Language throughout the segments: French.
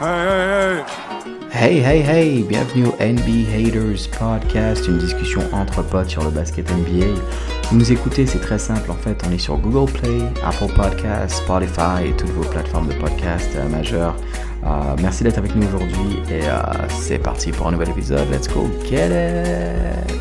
Hey, hey, hey! Bienvenue au NBA Haters Podcast, une discussion entre potes sur le basket NBA. Vous nous écoutez, c'est très simple. En fait, on est sur Google Play, Apple Podcasts, Spotify et toutes vos plateformes de podcast majeures. Merci d'être avec nous aujourd'hui et c'est parti pour un nouvel épisode. Let's go get it!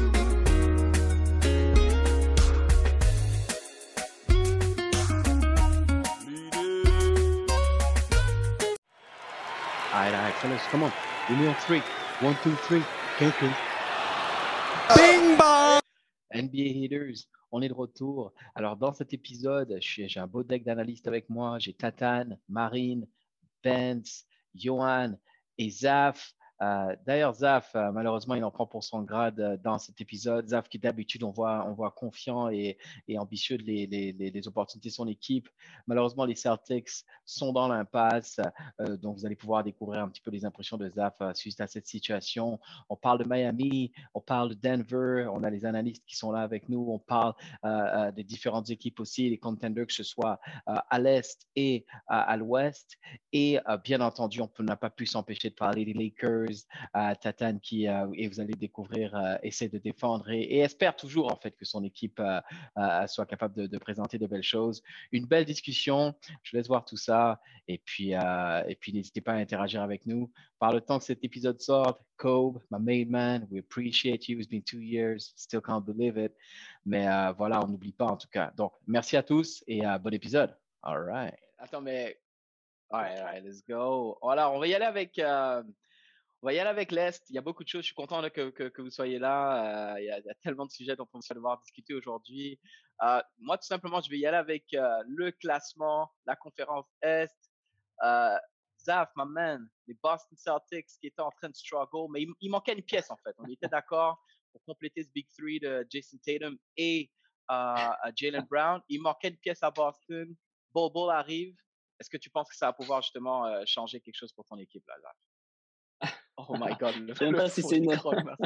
Alright, fellas, come on. Give me on three. 1, 2, 3. Okay. Bing bong! NBA Haters, on est de retour. Alors, dans cet épisode, j'ai un beau deck d'analystes avec moi. J'ai Tatane, Marine, Vance, Johan et Zaf. D'ailleurs, Zaf, malheureusement, il en prend pour son grade dans cet épisode. Zaf, qui d'habitude, on voit confiant et ambitieux de les opportunités de son équipe. Malheureusement, les Celtics sont dans l'impasse. Donc, vous allez pouvoir découvrir un petit peu les impressions de Zaf suite à cette situation. On parle de Miami, on parle de Denver. On a les analystes qui sont là avec nous. On parle des différentes équipes aussi, les contenders, que ce soit à l'Est et à l'Ouest. Et bien entendu, on n'a pas pu s'empêcher de parler des Lakers, Tatane qui, et vous allez découvrir, essaie de défendre et espère toujours en fait que son équipe soit capable de présenter de belles choses. Une belle discussion, je laisse voir tout ça et puis n'hésitez pas à interagir avec nous. Par le temps que cet épisode sorte, Kobe, my main man, we appreciate you. It's been 2 years, still can't believe it. Mais voilà, on n'oublie pas en tout cas. Donc, merci à tous et bon épisode. All right. Attends, mais all right, let's go. Voilà, on va y aller avec l'Est. Il y a beaucoup de choses. Je suis content là, que vous soyez là. Il y a tellement de sujets dont on va devoir discuter aujourd'hui. Moi, tout simplement, je vais y aller avec le classement, la conférence Est. Zaf, my man, les Boston Celtics qui étaient en train de struggle, mais il manquait une pièce en fait. On était d'accord pour compléter ce Big Three de Jason Tatum et Jaylen Brown. Il manquait une pièce à Boston. Bol arrive. Est-ce que tu penses que ça va pouvoir justement changer quelque chose pour ton équipe là, Zaf? Oh my god, Je sais même pas si c'est une...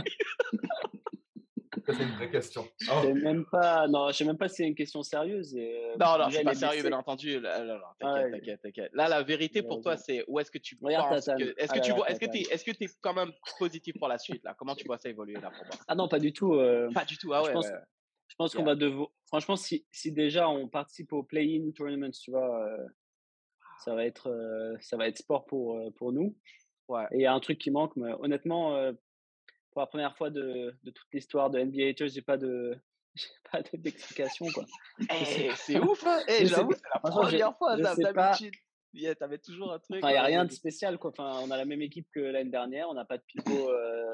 C'est une vraie question. Je sais même pas. Non, je sais même pas si c'est une question sérieuse. Non, c'est pas sérieux, bien entendu. Non, t'inquiète. Là, la vérité pour toi, c'est où est-ce que tu penses que. Est-ce que tu es quand même positif pour la suite là? Comment tu vois ça évoluer là pour moi? Ah non, pas du tout. Pas du tout. Ah ouais. Je pense qu'on va devoir. Franchement, si déjà on participe au play-in tournaments, tu vois, ça va être sport pour nous. Ouais. Et il y a un truc qui manque, mais honnêtement, pour la première fois de toute l'histoire de NBA Haters, j'ai pas d'explication quoi. C'est ouf, hein. J'avoue, c'est la première fois. D'habitude, t'avais toujours un truc. Enfin, il y a rien de spécial quoi. Enfin, on a la même équipe que l'année dernière. On n'a pas de pivot,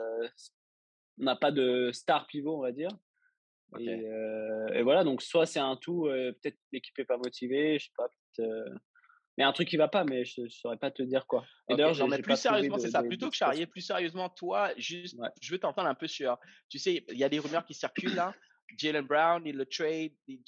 on n'a pas de star pivot, on va dire. Okay. Et voilà, donc soit c'est un tout, peut-être l'équipe est pas motivée, je sais pas, peut-être. Mais un truc qui va pas, mais je saurais pas te dire quoi. Et d'ailleurs, j'ai plus sérieusement, c'est ça. Plutôt que charrier, plus sérieusement, toi, juste, je veux t'entendre un peu sur. Tu sais, il y a des rumeurs qui circulent là. Jaylen Brown, il trade.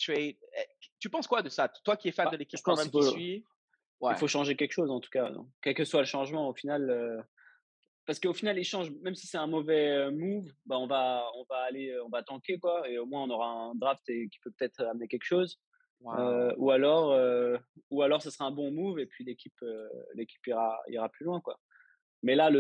Tu penses quoi de ça? Toi qui es fan de l'équipe quand même, qui suit. Ouais. Il faut changer quelque chose en tout cas. Donc, quel que soit le changement, au final. Parce qu'au final, ils changent, même si c'est un mauvais move, bah on va tanker quoi, et au moins on aura un draft qui peut peut-être amener quelque chose. Wow. Ou alors ce sera un bon move et puis l'équipe ira plus loin quoi. Mais là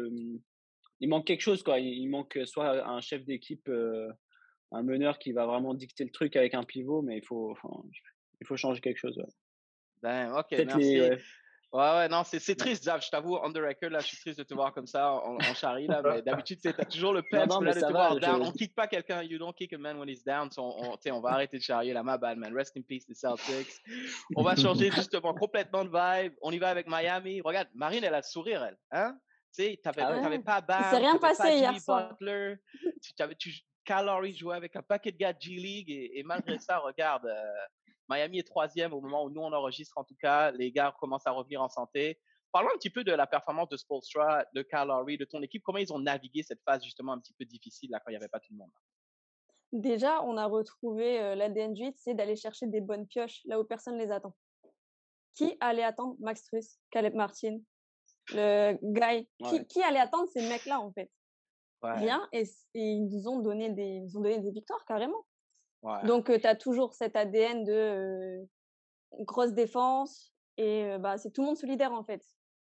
il manque quelque chose quoi. Il manque soit un chef d'équipe, un meneur qui va vraiment dicter le truc avec un pivot, mais il faut changer quelque chose. Ouais. Ben ok, peut-être merci. Ouais, non, c'est triste, Zaf, je t'avoue, on the record, là, je suis triste de te voir comme ça, en charrie, là, mais d'habitude, tu as toujours le peps, mais là, de te voir down, on kick pas quelqu'un, you don't kick a man when he's down, so on va arrêter de charrier, là, my bad, man, rest in peace, les Celtics. On va changer justement complètement de vibe, on y va avec Miami, regarde, Marine, elle a le sourire, elle, hein, tu sais, t'avais pas Bam, il s'est rien passé pas hier Jimmy soir. Butler, Kyle Lowry jouait avec un paquet de gars de G-League, et malgré ça, regarde, Miami est 3e au moment où nous, on enregistre, en tout cas, les gars commencent à revenir en santé. Parlons un petit peu de la performance de Spoelstra, de Kyle Lowry, de ton équipe. Comment ils ont navigué cette phase justement un petit peu difficile là, quand il n'y avait pas tout le monde? Déjà, on a retrouvé l'ADN du hit, c'est d'aller chercher des bonnes pioches là où personne ne les attend. Qui allait attendre Max Strus, Caleb Martin, le Guy? Qui allait attendre ces mecs-là en fait? Rien, et ils nous ont donné des victoires carrément. Ouais. Donc, tu as toujours cet ADN de grosse défense et c'est tout le monde solidaire en fait.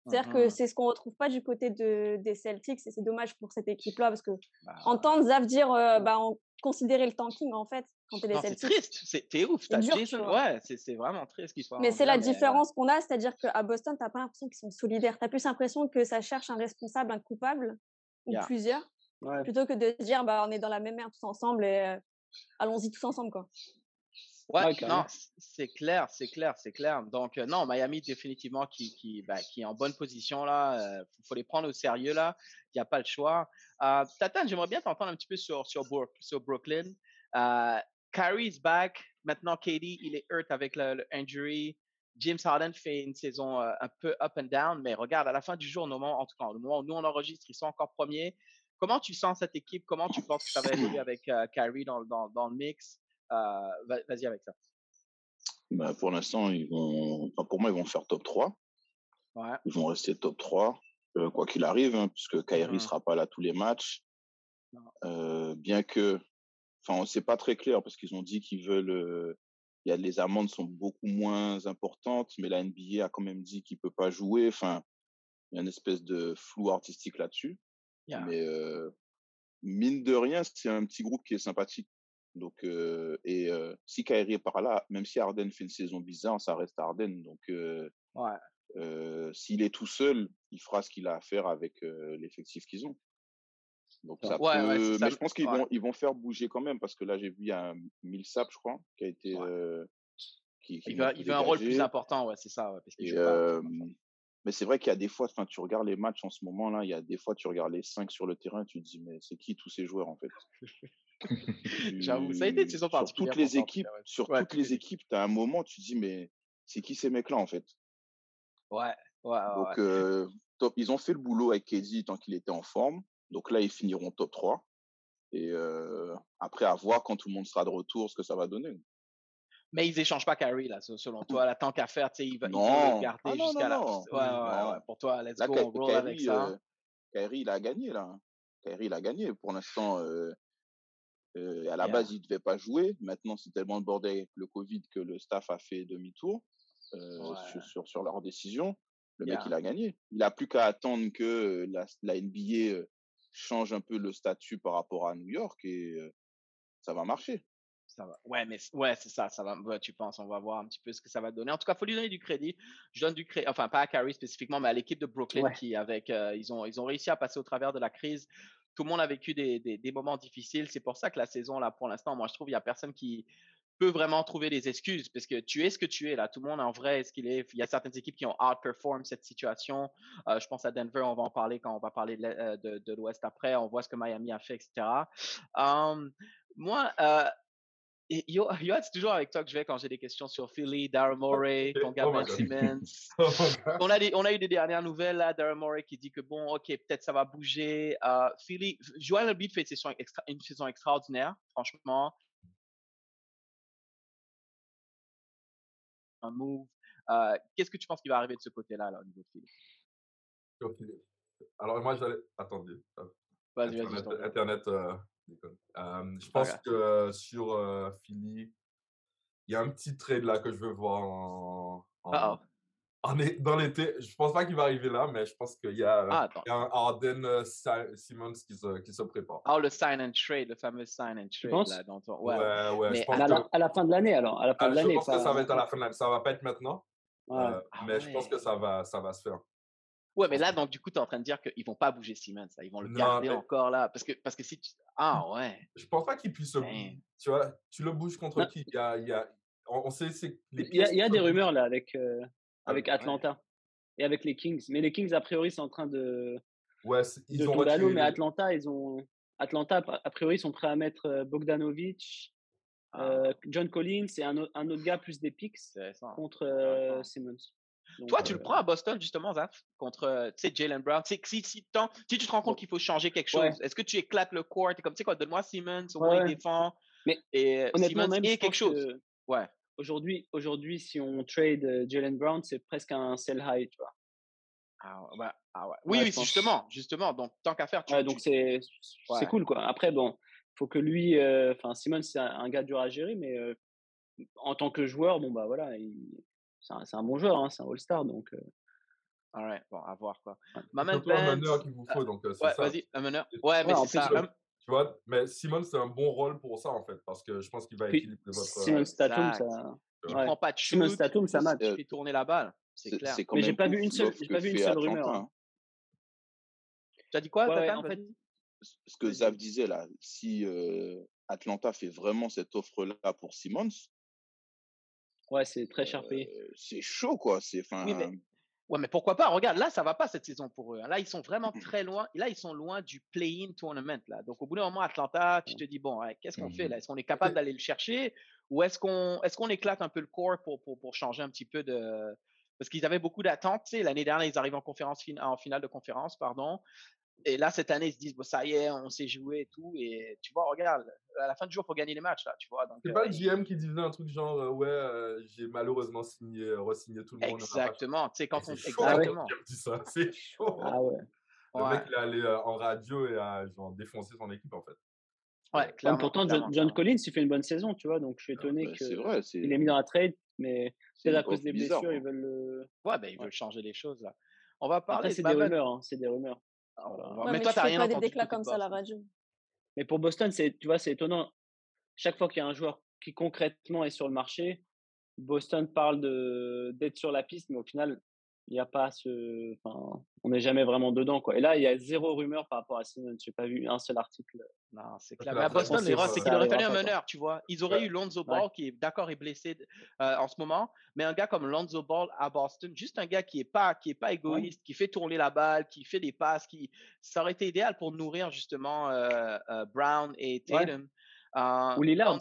C'est-à-dire que c'est ce qu'on retrouve pas du côté des Celtics et c'est dommage pour cette équipe-là parce que Bah, entendre Zaf dire considérer le tanking en fait quand t'es les non, c'est Celtics, triste. T'es ouf. c'est T'as dur, tu Jason. vois. Ouais, c'est vraiment triste qu'il soit Mais en c'est la dire, mais ouais. différence qu'on a, c'est-à-dire qu'à Boston, t'as pas l'impression qu'ils sont solidaires. T'as plus l'impression que ça cherche un responsable, un coupable ou Yeah. plusieurs, Ouais. plutôt que de se dire on est dans la même merde tous ensemble et allons-y tous ensemble quoi. Ouais, Ouais, non, carrément. c'est clair. Donc, non, Miami, définitivement, qui est en bonne position, là. Faut les prendre au sérieux, là. Il n'y a pas le choix. Tatane, j'aimerais bien t'entendre un petit peu sur Brooklyn. Kyrie is back. Maintenant, KD, il est hurt avec le injury. James Harden fait une saison un peu up and down, mais regarde, à la fin du jour, en tout cas, au moment où nous, on enregistre, ils sont encore premiers. Comment tu sens cette équipe? Comment tu penses que ça va évoluer avec Kyrie dans le mix? Vas-y avec ça. Bah, pour l'instant, pour moi, ils vont faire top 3. Ouais. Ils vont rester top 3, quoi qu'il arrive, hein, puisque Kyrie sera pas là tous les matchs. Bien que, c'est pas très clair parce qu'ils ont dit qu'ils veulent. Les amendes sont beaucoup moins importantes, mais la NBA a quand même dit qu'il peut pas jouer. Enfin, il y a une espèce de flou artistique là-dessus. Yeah. Mais mine de rien, c'est un petit groupe qui est sympathique. Donc, si Kyrie est par là, même si Harden fait une saison bizarre, ça reste Harden. Donc, s'il est tout seul, il fera ce qu'il a à faire avec l'effectif qu'ils ont. Donc, ça peut. Mais je pense qu'ils vont faire bouger quand même parce que là, j'ai vu il y a un Millsap, je crois, qui a été. Il veut un rôle plus important, ouais, c'est ça. Ouais, parce qu'il joue pas. Mais c'est vrai qu'il y a des fois, tu regardes les matchs en ce moment-là, il y a des fois, tu regardes les 5 sur le terrain, tu te dis, mais c'est qui tous ces joueurs en fait? J'avoue, ça a été une saison particulière. Sur toutes les équipes, tu as un moment, tu te dis, mais c'est qui ces mecs-là en fait? Ouais. Donc, ils ont fait le boulot avec KD tant qu'il était en forme. Donc là, ils finiront top 3. Et après, à voir quand tout le monde sera de retour, ce que ça va donner. Mais ils échangent pas Kyrie, là, selon toi. Là, tant qu'à faire, ils vont le garder jusqu'à la. Ouais. Pour toi, let's go, on roll avec ça. Kyrie, il a gagné, là. Kyrie, il a gagné. Pour l'instant, à la base, il devait pas jouer. Maintenant, c'est tellement le bordel avec le Covid que le staff a fait demi-tour sur leur décision. Le mec, il a gagné. Il a plus qu'à attendre que la NBA change un peu le statut par rapport à New York et ça va marcher. Ça va. Ouais, c'est ça. Ça va. Ouais, tu penses, on va voir un petit peu ce que ça va donner. En tout cas, faut lui donner du crédit. Je donne du crédit, enfin pas à Kyrie spécifiquement, mais à l'équipe de Brooklyn qui, avec, ils ont réussi à passer au travers de la crise. Tout le monde a vécu des moments difficiles. C'est pour ça que la saison là, pour l'instant, moi je trouve il y a personne qui peut vraiment trouver des excuses parce que tu es ce que tu es là. Tout le monde en vrai est ce qu'il est. Il y a certaines équipes qui ont outperform cette situation. Je pense à Denver, on va en parler quand on va parler de l'Ouest après. On voit ce que Miami a fait, etc. Moi. Yo, c'est toujours avec toi que je vais quand j'ai des questions sur Philly, Daryl Morey, ton gars Ben Simmons. On a eu des dernières nouvelles là, Daryl Morey qui dit que bon, ok, peut-être ça va bouger. Philly, Joel Embiid fait une saison extraordinaire, franchement. Un move. Qu'est-ce que tu penses qui va arriver de ce côté-là, là, au niveau de Philly? Alors moi, attendez. Vas-y. Internet. Je pense que sur Philly, il y a un petit trade là que je veux voir dans l'été. Je pense pas qu'il va arriver là, mais je pense qu'il y a un Harden Simmons qui se prépare. Le sign and trade, le fameux sign and trade là, dont ouais. Mais je pense à la fin de l'année alors. À la fin de l'année. Je pense que ça va être à la fin de l'année. Ça va pas être maintenant. Mais je pense que ça va se faire. Ouais, mais là, donc, du coup, tu es en train de dire qu'ils vont pas bouger Simmons. Ils vont le garder encore là. Parce que si tu. Je pense pas qu'ils puissent. Tu vois, tu le bouges contre qui? On sait, c'est il y a des rumeurs là avec Atlanta et avec les Kings. Mais les Kings, a priori, sont en train de. Ouais, ils ont retiré. Mais Atlanta, a priori, sont prêts à mettre Bogdanovic, John Collins et un autre gars plus des picks contre Simmons. Donc, toi, tu le prends à Boston, justement, Zaf, contre Jaylen Brown. Si tu te rends compte qu'il faut changer quelque chose, est-ce que tu éclates le court? Tu es comme, tu sais quoi, donne-moi Simmons, au moins il défend. Mais honnêtement, Simmons même et quelque chose. Aujourd'hui, si on trade Jaylen Brown, c'est presque un sell high, tu vois. Oui, justement. Donc, tant qu'à faire, donc c'est cool, quoi. Après, bon, faut que lui, Simmons, c'est un gars dur à gérer, mais en tant que joueur, bon, bah voilà, c'est un bon joueur, hein, c'est un All-Star, donc All right. Bon, à voir, quoi. C'est Maman surtout un Vance. meneur qu'il vous faut, donc c'est Ouais, ça. vas-y, un meneur. Ouais, mais en c'est plus, ça. Tu vois, mais Simon, c'est un bon rôle pour ça, en fait, parce que je pense qu'il va puis équilibrer votre. Simon Tatum, Exact. ça. Il Ouais. prend pas de Simon shoot, Tatum, ça match. il fait tourner la balle. C'est clair. C'est quand Mais j'ai même pas vu ouf une seule, l'offre j'ai que pas vu une fait seule Atlanta. rumeur. Hein. Tu as dit quoi, Ouais, Tatane? en fait, Vas-y. Ce que Zav disait là, si Atlanta fait vraiment cette offre-là pour Simmons, ouais, c'est très cher payé. c'est chaud, quoi. Oui, mais... Ouais, mais pourquoi pas? Regarde, là, ça va pas cette saison pour eux. Là, ils sont vraiment très loin. Là, ils sont loin du play-in tournament. Là. Donc, au bout d'un moment, Atlanta, tu te dis, bon, ouais, qu'est-ce qu'on fait là? Est-ce qu'on est capable d'aller le chercher ou est-ce qu'on éclate un peu le corps pour changer un petit peu de. Parce qu'ils avaient beaucoup d'attentes. Tu sais, l'année dernière, ils arrivent en finale de conférence, pardon. Et là, cette année, ils se disent, bon, ça y est, on sait jouer et tout. Et tu vois, regarde, à la fin du jour, il faut gagner les matchs, là, tu vois. Donc, c'est pas le GM qui disait un truc genre, j'ai malheureusement re-signé tout le monde. Exactement. Tu sais, quand on. C'est chaud, Exactement. qui dit ça. C'est chaud. Ah ouais. Le mec, il est allé en radio et a genre, défoncé son équipe, en fait. Ouais, clairement. Pourtant, John Collins, il fait une bonne saison, tu vois. Donc, je suis étonné qu'il est mis dans la trade. Mais peut-être à cause des blessures, ils veulent le. Ouais, ben, ils veulent changer les choses, là. On va parler. Après, c'est des rumeurs. Hein, c'est des rumeurs. Mais toi, t'as rien entendu. Des déclats comme ça à la radio. Mais pour Boston, tu vois, c'est étonnant. Chaque fois qu'il y a un joueur qui concrètement est sur le marché, Boston parle d'être sur la piste, mais au final, il n'y a pas on n'est jamais vraiment dedans, quoi. Et là, il y a zéro rumeur par rapport à Simmons. J'ai pas vu un seul article. Non, c'est clair. Mais à Boston, l'erreur, c'est qu'il aurait fallu un meneur, tu vois. Ils auraient eu Lonzo Ball, qui est d'accord est blessé en ce moment, mais un gars comme Lonzo Ball à Boston, juste un gars qui est pas égoïste, qui fait tourner la balle, qui fait des passes, ça aurait été idéal pour nourrir justement Brown et Tatum. Ou Lillard.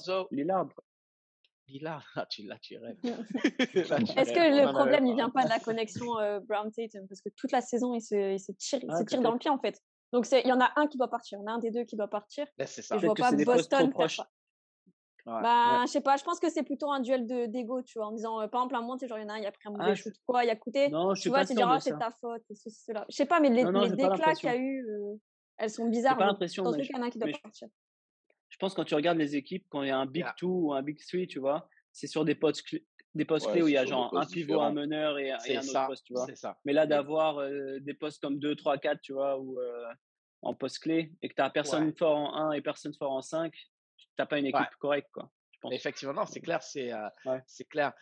Lillard, tu rêves. Est-ce que le problème, il vient pas de la connexion Brown-Tatum? Parce que toute la saison, il se tire dans le pied, en fait. Donc, il y en a un qui doit partir. Il y en a un des deux qui doit partir. C'est ça. Et je vois pas Boston faire ça. Je sais pas, je pense que c'est plutôt un duel d'ego, tu vois, en disant, par exemple, un moment, tu sais, genre, il y en a un, il a pris un mauvais shoot, quoi, il a coûté. Tu vois, tu diras, c'est ta faute, et ceci, cela. Je sais pas, mais les déclats qu'il y a eu, elles sont bizarres. J'ai pas l'impression. Dans ce cas, il y en a un qui doit partir. Je pense que quand tu regardes les équipes, quand il y a un Big 2 ou un Big 3, tu vois, c'est sur des postes clés où il y a genre un pivot, un meneur et un autre poste, tu vois. Mais là, d'avoir des postes comme 2, 3, 4, tu vois, ou en poste clé, et que tu n'as personne fort en 1 et personne fort en 5, tu n'as pas une équipe correcte, quoi. Je pense. Effectivement, c'est clair, c'est clair.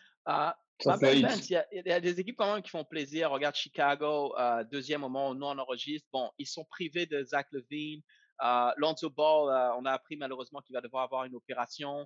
Il y a des équipes quand même qui font plaisir. Regarde Chicago, deuxième moment où nous on enregistre. Bon, ils sont privés de Zach LaVine. Lonzo Ball, on a appris malheureusement qu'il va devoir avoir une opération.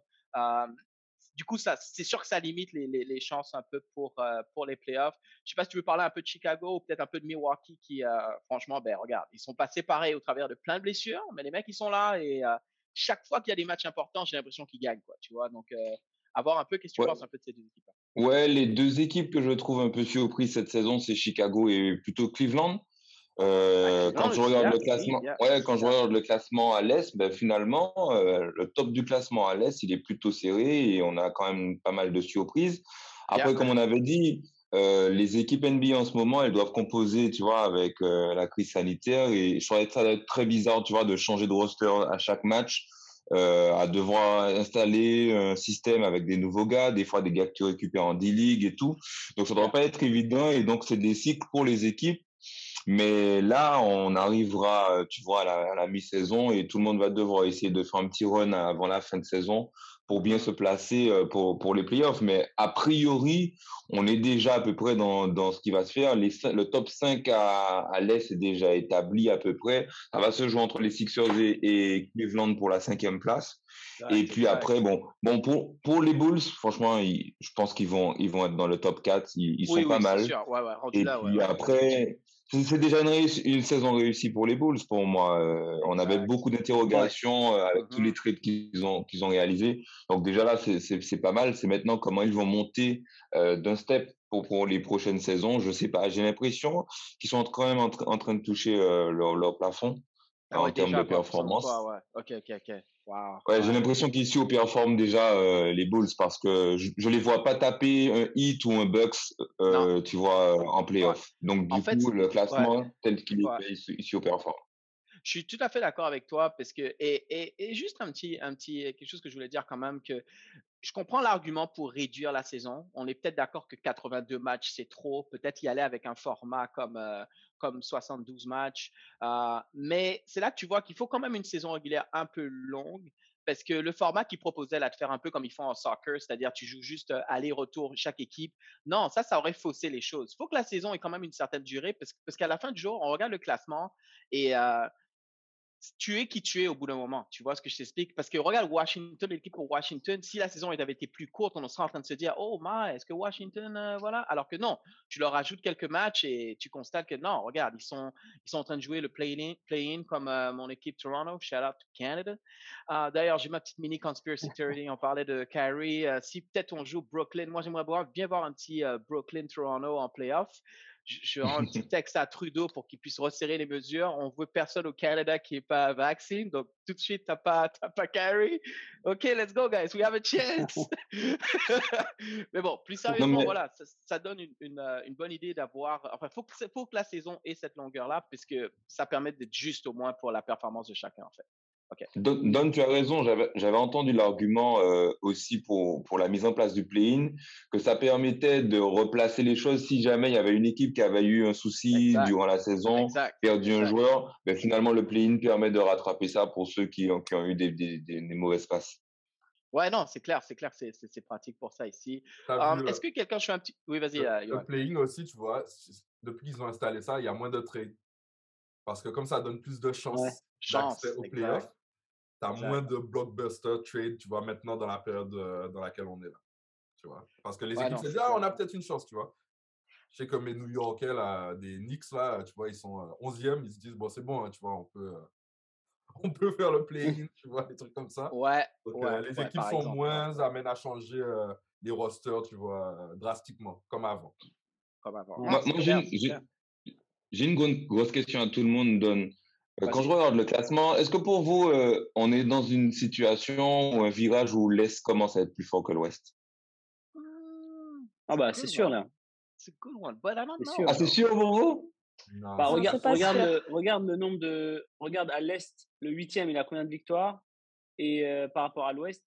Du coup, c'est sûr que ça limite les chances un peu pour les playoffs. Je ne sais pas si tu veux parler un peu de Chicago ou peut-être un peu de Milwaukee qui, franchement, regarde, ils sont passés pareil au travers de plein de blessures, mais les mecs, ils sont là et chaque fois qu'il y a des matchs importants, j'ai l'impression qu'ils gagnent, quoi, tu vois. Donc, à voir un peu, qu'est-ce que tu penses un peu de ces deux équipes-là? Ouais, les deux équipes que je trouve un peu surprises cette saison, c'est Chicago et plutôt Cleveland. Quand je regarde le classement à l'Est, finalement, le top du classement à l'Est, il est plutôt serré et on a quand même pas mal de surprises. Après, comme on avait dit, les équipes NBA en ce moment, elles doivent composer, tu vois, avec la crise sanitaire et je trouvais ça doit être très bizarre, tu vois, de changer de roster à chaque match, à devoir installer un système avec des nouveaux gars, des fois des gars que tu récupères en D-League et tout. Donc, ça doit pas être évident et donc, c'est des cycles pour les équipes. Mais là, on arrivera, tu vois, à la mi-saison et tout le monde va devoir essayer de faire un petit run avant la fin de saison pour bien se placer pour les playoffs. Mais a priori, on est déjà à peu près dans ce qui va se faire. Le top 5 à l'Est est déjà établi à peu près. Ça va se jouer entre les Sixers et Cleveland pour la 5e place. Et puis après, pour les Bulls, franchement, je pense qu'ils vont être dans le top 4. Ils sont pas mal. Sûr. Et puis après... C'est déjà une saison réussie pour les Bulls, pour moi. On avait beaucoup d'interrogations avec tous les trades qu'ils ont réalisés. Donc déjà là, c'est pas mal. C'est maintenant comment ils vont monter d'un step pour les prochaines saisons. Je sais pas. J'ai l'impression qu'ils sont quand même en train de toucher leur plafond en termes de performance. Ok. Wow. Ouais, j'ai l'impression qu'ici, on performe déjà les Bulls parce que je les vois pas taper un Heat ou un Bucks, tu vois, en playoff. Donc, du coup, le classement tel qu'il est ici, on performe. Je suis tout à fait d'accord avec toi parce que et juste un petit quelque chose que je voulais dire quand même que je comprends l'argument pour réduire la saison. On est peut-être d'accord que 82 matchs c'est trop. Peut-être y aller avec un format comme 72 matchs. Mais c'est là que tu vois qu'il faut quand même une saison régulière un peu longue. Parce que le format qu'ils proposaient là de faire un peu comme ils font en soccer, c'est-à-dire tu joues juste aller-retour chaque équipe. Non, ça aurait faussé les choses. Il faut que la saison ait quand même une certaine durée parce qu'à la fin du jour, on regarde le classement et tu es qui tu es au bout d'un moment. Tu vois ce que je t'explique? Parce que regarde Washington, l'équipe pour Washington, si la saison avait été plus courte, on serait en train de se dire, oh, est-ce que Washington, voilà? Alors que non, tu leur ajoutes quelques matchs et tu constates que non, regarde, ils sont en train de jouer le play-in comme mon équipe Toronto. Shout out to Canada. D'ailleurs, j'ai ma petite mini conspiracy theory. On parlait de Kyrie. Si peut-être on joue Brooklyn, moi j'aimerais bien voir un petit Brooklyn-Toronto en playoff. Je rends un petit texte à Trudeau pour qu'il puisse resserrer les mesures. On veut personne au Canada qui n'est pas vacciné. Donc, tout de suite, t'as pas Kyrie. OK, let's go, guys. We have a chance. Mais bon, plus sérieusement, voilà, ça donne une bonne idée d'avoir. Enfin, faut que la saison ait cette longueur-là, puisque ça permet d'être juste au moins pour la performance de chacun, en fait. Okay. Don, tu as raison. J'avais entendu l'argument aussi pour la mise en place du play-in, que ça permettait de replacer les choses si jamais il y avait une équipe qui avait eu un souci durant la saison, perdu un joueur. Mais finalement, le play-in permet de rattraper ça pour ceux qui ont eu des mauvaises passes. Ouais, non, c'est clair, c'est pratique pour ça ici. Est-ce que quelqu'un, je suis un petit... Oui, vas-y. Le play-in aussi, tu vois, depuis qu'ils ont installé ça, il y a moins de trades. Parce que comme ça donne plus de chances d'accès au playoff, tu as moins de blockbuster trade, tu vois, maintenant dans la période dans laquelle on est là. Tu vois. Parce que les équipes se disent, on a peut-être une chance, tu vois. Je sais comme les New Yorkais, là, des Knicks, là, tu vois, ils sont 11e, ils se disent, bon, c'est bon, hein, tu vois, on peut faire le play-in, tu vois, des trucs comme ça. Donc, les équipes sont moins amènes à changer les rosters, tu vois, drastiquement, comme avant. Moi, j'ai une grosse question à tout le monde, Don. Quand je regarde le classement, est-ce que pour vous, on est dans une situation ou un virage où l'Est commence à être plus fort que l'Ouest? Ah bah c'est sûr là. C'est a good one, but I don't know. Ah, c'est sûr pour vous? Non. Bah, regarde le nombre de... Regarde à l'Est, le 8e, il a combien de victoires? Et par rapport à l'Ouest,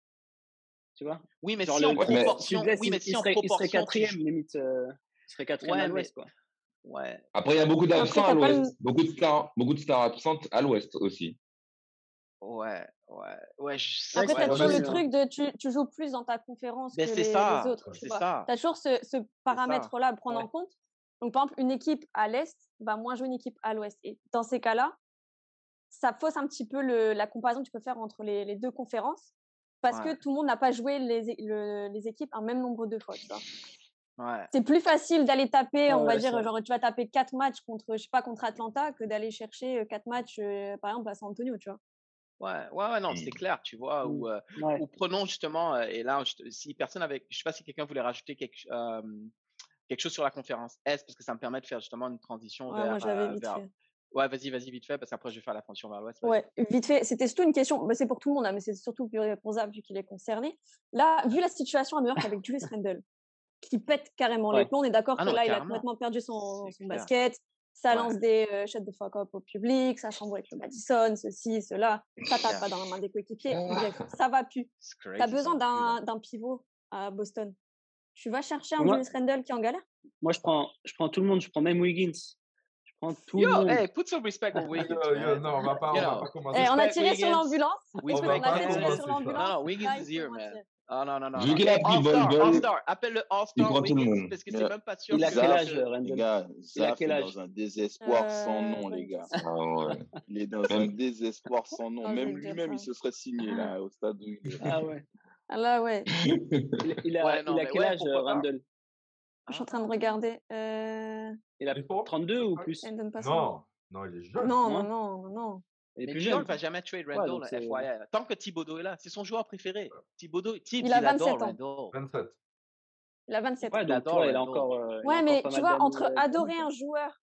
tu vois? Oui, mais si en proportion... Oui, mais si en proportion... Il serait 4e, limite. Il serait 4e à l'Ouest, quoi. Ouais. Après, il y a beaucoup d'absents à l'Ouest. Beaucoup de stars absentes à l'Ouest aussi. Ouais. Après, tu as toujours le truc de tu joues plus dans ta conférence que les autres. Tu as toujours ce paramètre-là à prendre en compte. Donc, par exemple, une équipe à l'Est va moins jouer une équipe à l'Ouest. Et dans ces cas-là, ça fausse un petit peu la comparaison que tu peux faire entre les deux conférences parce que tout le monde n'a pas joué les équipes un même nombre de fois. Tu vois. C'est plus facile d'aller taper, on va dire, genre tu vas taper 4 matchs contre Atlanta que d'aller chercher 4 matchs, par exemple, à San Antonio, tu vois. Ouais, non, c'est clair, tu vois. Ou prenons justement, et là, si personne avait, je sais pas si quelqu'un voulait rajouter quelque chose sur la conférence S, parce que ça me permet de faire justement une transition vers. Moi, j'avais vite fait. Ouais, vas-y, vite fait, parce qu'après, je vais faire la transition vers l'Ouest. Ouais, vite fait. C'était surtout une question, c'est pour tout le monde, mais c'est surtout pour Zab, vu qu'il est concerné. Là, vu la situation à New York avec Julius Randle, qui pète carrément les plombs. On est d'accord que là, il a complètement perdu son basket. Ça lance des shut the fuck up au public, ça s'embrouille avec le Madison, ceci, cela. Ça tape pas dans la main des coéquipiers. Bref, ça va plus. Tu as besoin d'un pivot à Boston. Tu vas chercher un Julius Randle qui est en galère? Moi, je prends tout le monde. Je prends même Wiggins. Je prends tout le monde. Hey, put some respect on Wiggins. Non, on va pas commencer. On a tiré sur l'ambulance. Non, Wiggins is here, man. Ah non. Vu qu'il a pris All-Star. Appelle-le All-Star Wiggins parce que c'est même pas sûr. Il a quel âge, Randle? Les gars, Zaf est dans un désespoir sans nom, les gars. Il est dans un désespoir sans nom. Même lui-même, il se serait signé là, au stade où il est. Ah ouais. Là, ouais. Il a quel âge, Randle? Je suis en train de regarder. Il a 32 ou plus? Non, il est jeune. Non. Mais New York ne va jamais trade Randle, FYI. Tant que Thibodeau est là, c'est son joueur préféré. Thibodeau, il a 27 ans. Randle. 27. Il a 27 ans. Ouais, donc il a encore. Mais tu vois, entre adorer un joueur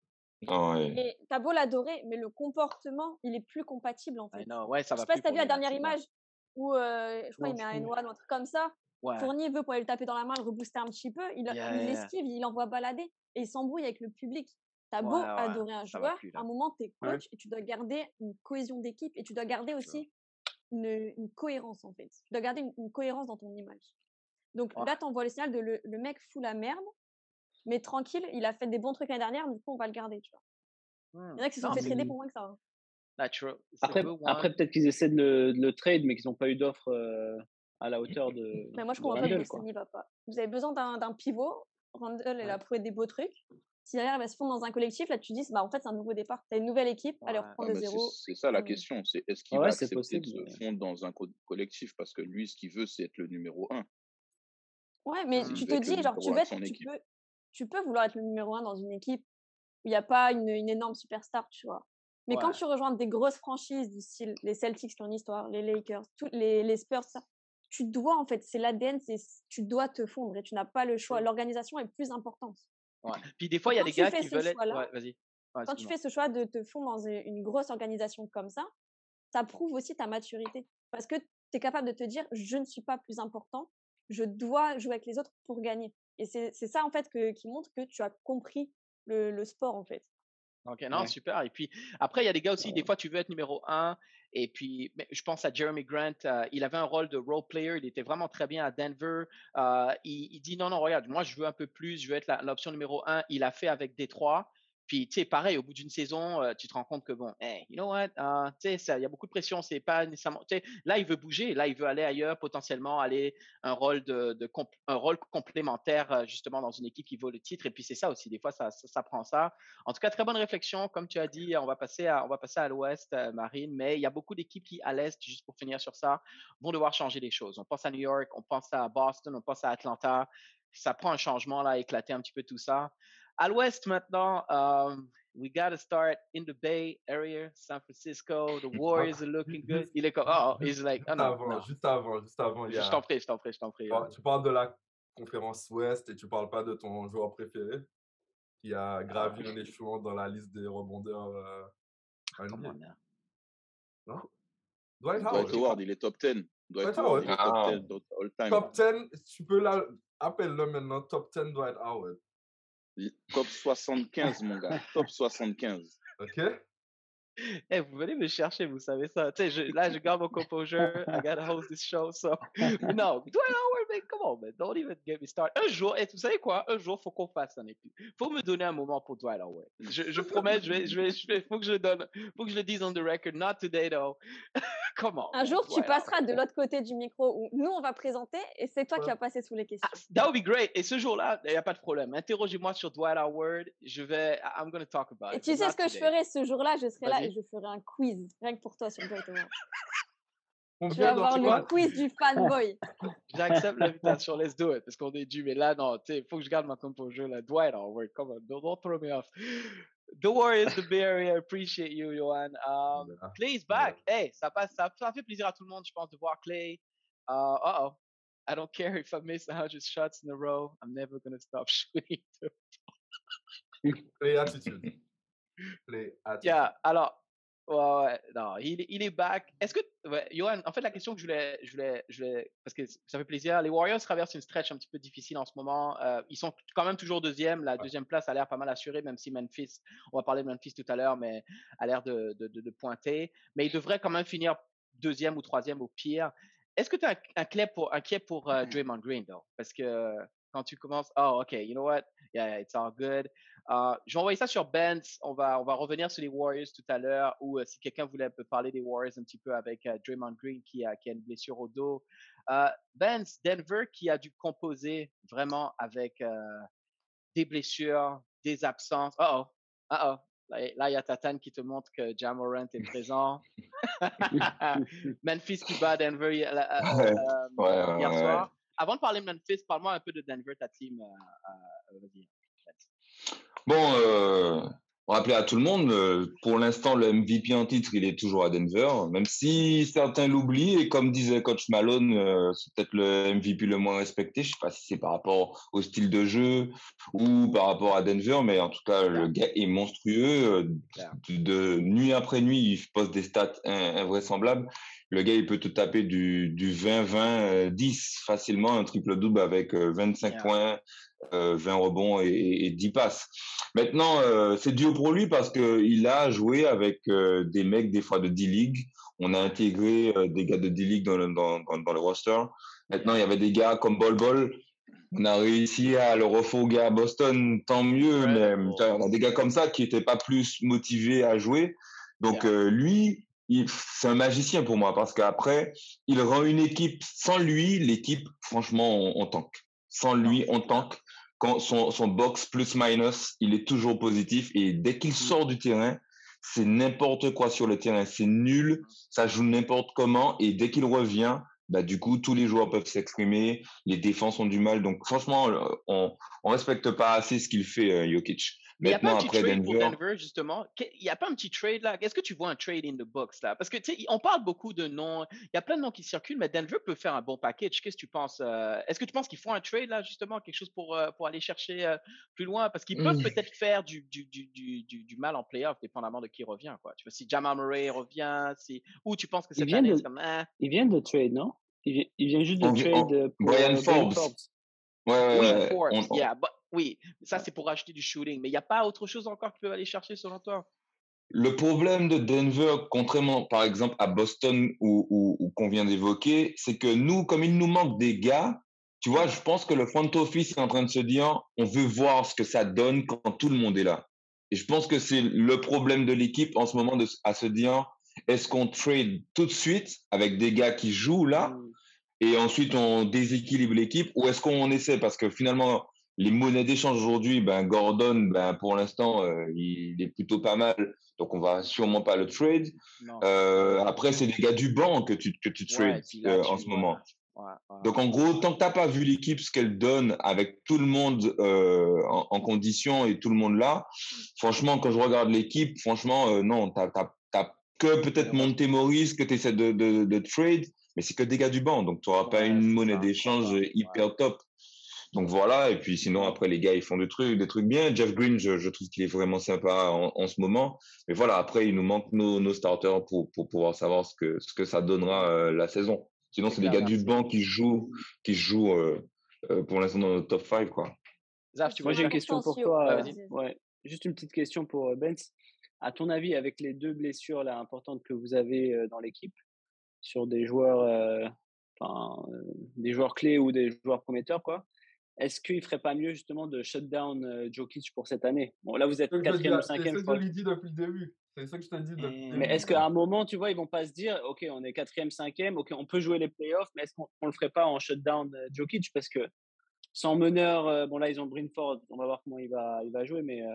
et t'as beau l'adorer, mais le comportement, il est plus compatible en fait. Non, ça je sais pas si t'as vu la dernière image où je crois il met un N1 ou un truc comme ça. Fournier veut pour aller le taper dans la main, le rebooster un petit peu. Il l'esquive, il l'envoie balader et il s'embrouille avec le public. T'as beau adorer un joueur, à un moment, tu es coach et tu dois garder une cohésion d'équipe et tu dois garder aussi une cohérence, en fait. Tu dois garder une cohérence dans ton image. Donc là, tu envoies le signal de le mec fout la merde, mais tranquille, il a fait des bons trucs l'année dernière, du coup, on va le garder, tu vois. Il y en a qui se sont fait trader pour moins que ça. Hein. Après, peut-être qu'ils essaient de le trade, mais qu'ils n'ont pas eu d'offre à la hauteur de. Mais moi, je comprends pas que Boston n'y va pas. Vous avez besoin d'un pivot. Randle, elle a prouvé des beaux trucs. Si derrière, elle va se fondre dans un collectif, là, tu dis, en fait, c'est un nouveau départ. Tu as une nouvelle équipe, elle reprend de zéro. C'est ça la question. C'est est-ce qu'il va accepter de se fondre dans un collectif? Parce que lui, ce qu'il veut, c'est être le numéro 1. Ouais, mais tu te dis, genre, tu peux vouloir être le numéro 1 dans une équipe où il n'y a pas une énorme superstar, tu vois. Mais quand tu rejoins des grosses franchises du style les Celtics qui ont une histoire, les Lakers, les Spurs, ça, tu dois, en fait, c'est l'ADN, tu dois te fondre et tu n'as pas le choix. L'organisation est plus importante. Ouais. Puis des fois, il y a des gars qui veulent être... Quand tu fais ce choix de te fondre dans une grosse organisation comme ça prouve aussi ta maturité. Parce que tu es capable de te dire, je ne suis pas plus important, je dois jouer avec les autres pour gagner. Et c'est ça, en fait, qui montre que tu as compris le sport, en fait. Ok, non, super. Et puis, après, il y a des gars aussi, des fois, tu veux être numéro 1. Et puis, je pense à Jeremy Grant. Il avait un rôle de role player. Il était vraiment très bien à Denver. Il dit, non, regarde, moi, je veux un peu plus. Je veux être l'option numéro 1. Il a fait avec Détroit. Puis, tu sais, pareil, au bout d'une saison, tu te rends compte que, bon, hey, you know what, tu sais, il y a beaucoup de pression. C'est pas nécessairement, tu sais, là, il veut bouger. Là, il veut aller ailleurs, potentiellement aller un rôle un rôle complémentaire, justement, dans une équipe qui vaut le titre. Et puis, c'est ça aussi. Des fois, ça prend ça. En tout cas, très bonne réflexion. Comme tu as dit, on va passer à l'ouest, Marine. Mais il y a beaucoup d'équipes qui, à l'est, juste pour finir sur ça, vont devoir changer les choses. On pense à New York, on pense à Boston, on pense à Atlanta. Ça prend un changement, là, à éclater un petit peu tout ça. À l'ouest maintenant, we got to start in the Bay Area, San Francisco. The Warriors are looking good. Il est comme, he's like, Juste avant. Je t'en prie. Tu parles de la conférence ouest et tu parles pas de ton joueur préféré qui a gravi un échelon dans la liste des rebondeurs. Non? Dwight Howard, il est top 10. Dwight Howard, il est top 10 all time. Top 10, tu peux appelle-le maintenant top 10 Dwight Howard. Top 75, mon gars. Top 75. OK. Hey, vous venez me chercher, vous savez ça. Tu sais, là, je garde mon composure. I gotta host this show, so. No, Dwight Howard, man, come on, man. Don't even get me started. Un jour, vous savez quoi? Un jour, faut qu'on fasse un épisode. Faut me donner un moment pour Dwight Howard. Je promets, faut que je le dise on the record. Not today, though. Come on. Un jour, tu passeras de l'autre côté du micro où nous, on va présenter et c'est toi qui vas passer sous les questions. That would be great. Et ce jour-là, il n'y a pas de problème. Interrogez-moi sur Dwight Howard. I'm going to talk about it. Et tu sais ce que je ferai ce jour-là? Je serai là et je ferai un quiz, rien que pour toi sur Dwight Howard. Tu vas avoir le quiz du fanboy. J'accepte l'invitation, let's do it, parce qu'on est dû, mais là, non, tu sais, il faut que je garde ma composure, là. Dwight Howard, come on, don't throw me off. The Warriors, the Bay Area, appreciate you, Johan. Clay is back. Hey, ça fait plaisir à tout le monde, je pense, de voir Clay. I don't care if I miss 100 shots in a row. I'm never going to stop shooting. Play attitude. Yeah, alors, non, il est back. Est-ce que, Johan, en fait, la question que je voulais, parce que ça fait plaisir, les Warriors traversent une stretch un petit peu difficile en ce moment. Ils sont quand même toujours deuxième. La deuxième place a l'air pas mal assurée, même si Memphis, on va parler de Memphis tout à l'heure, mais a l'air de pointer. Mais ils devraient quand même finir deuxième ou troisième au pire. Est-ce que tu es inquiet pour Draymond Green, though? Parce que quand tu commences, OK, you know what? Yeah, it's all good. Je vais envoyer ça sur Benz. On va revenir sur les Warriors tout à l'heure, ou si quelqu'un voulait un peu parler des Warriors un petit peu avec Draymond Green qui a une blessure au dos. Benz, Denver qui a dû composer vraiment avec des blessures, des absences. Là, il y a Tatane qui te montre que Ja Morant est présent. Memphis qui bat Denver hier soir. Avant de parler de Memphis, parle-moi un peu de Denver, ta team. Vas-y. Bon, rappeler à tout le monde, pour l'instant, le MVP en titre, il est toujours à Denver, même si certains l'oublient. Et comme disait Coach Malone, c'est peut-être le MVP le moins respecté. Je ne sais pas si c'est par rapport au style de jeu ou par rapport à Denver, mais en tout cas, le gars est monstrueux. De nuit après nuit, il poste des stats invraisemblables. le gars, il peut te taper du 20-20-10 facilement, un triple-double avec 25 points, 20 rebonds et 10 passes. Maintenant, c'est dur pour lui parce qu'il a joué avec des mecs, des fois, de D-League. On a intégré des gars de D-League dans le roster. Maintenant, il y avait des gars comme Bol Bol. On a réussi à le refourguer à Boston, tant mieux, mais on a des gars comme ça qui n'étaient pas plus motivés à jouer. Donc, lui, c'est un magicien pour moi parce qu'après, il rend une équipe, sans lui, l'équipe, franchement, on tank. Sans lui, on tank. Quand son box plus-minus, il est toujours positif et dès qu'il sort du terrain, c'est n'importe quoi sur le terrain. C'est nul, ça joue n'importe comment et dès qu'il revient, bah, du coup, tous les joueurs peuvent s'exprimer, les défenses ont du mal. Donc, franchement, on respecte pas assez ce qu'il fait, Jokic. Mais il n'y a pas un petit trade pour Denver, justement. Il n'y a pas un petit trade là. Est-ce que tu vois un trade in the box là? Parce que tu sais, on parle beaucoup de noms. Il y a plein de noms qui circulent, mais Denver peut faire un bon package. Qu'est-ce que tu penses? Est-ce que tu penses qu'ils font un trade là, justement, quelque chose pour aller chercher plus loin? Parce qu'ils peuvent peut-être faire du mal en playoff, dépendamment de qui revient, quoi. Tu vois, si Jamal Murray revient, ou tu penses que cette année, c'est comme. Ils viennent de trade, non? Ils viennent juste de trade pour Brian Forbes. Oui, Forbes, oui, ça c'est pour acheter du shooting, mais il n'y a pas autre chose encore qu'ils peuvent aller chercher selon toi? Le problème de Denver, contrairement par exemple à Boston ou qu'on vient d'évoquer, c'est que nous, comme il nous manque des gars, tu vois, je pense que le front office est en train de se dire, on veut voir ce que ça donne quand tout le monde est là. Et je pense que c'est le problème de l'équipe en ce moment à se dire, est-ce qu'on trade tout de suite avec des gars qui jouent là et ensuite on déséquilibre l'équipe ou est-ce qu'on essaie parce que finalement les monnaies d'échange aujourd'hui, ben Gordon, ben pour l'instant il est plutôt pas mal, donc on va sûrement pas le trade. Après c'est des gars du banc que tu trades en ce moment. Donc en gros, tant que t'as pas vu l'équipe ce qu'elle donne avec tout le monde en condition et tout le monde là, franchement quand je regarde l'équipe, franchement non, t'as que peut-être Monte-Morris que tu essaies de trade, mais c'est que des gars du banc, donc tu n'auras pas une monnaie d'échange hyper top. Donc voilà, et puis sinon après les gars ils font des trucs bien. Jeff Green, je trouve qu'il est vraiment sympa en ce moment, mais voilà, après il nous manque nos starters pour pouvoir savoir ce que ça donnera la saison. Sinon c'est des gars du banc qui jouent pour l'instant dans le top 5 quoi. Zaf, moi j'ai une question pour toi. Juste une petite question pour Benz. À ton avis, avec les deux blessures là importantes que vous avez dans l'équipe, sur des joueurs, des joueurs clés ou des joueurs prometteurs, quoi, est-ce qu'il ne ferait pas mieux justement de shut down Jokic pour cette année? Bon, là vous êtes 4e ou 5e. C'est ça que je l'ai dit depuis le début. C'est ça que je te dis depuis le début. Mais est-ce qu'à un moment, tu vois, ils ne vont pas se dire, ok, on est 4e, 5e, ok, on peut jouer les playoffs, mais est-ce qu'on ne le ferait pas en shut down Jokic? Parce que sans meneur, bon là ils ont Brynford, on va voir comment il va jouer, mais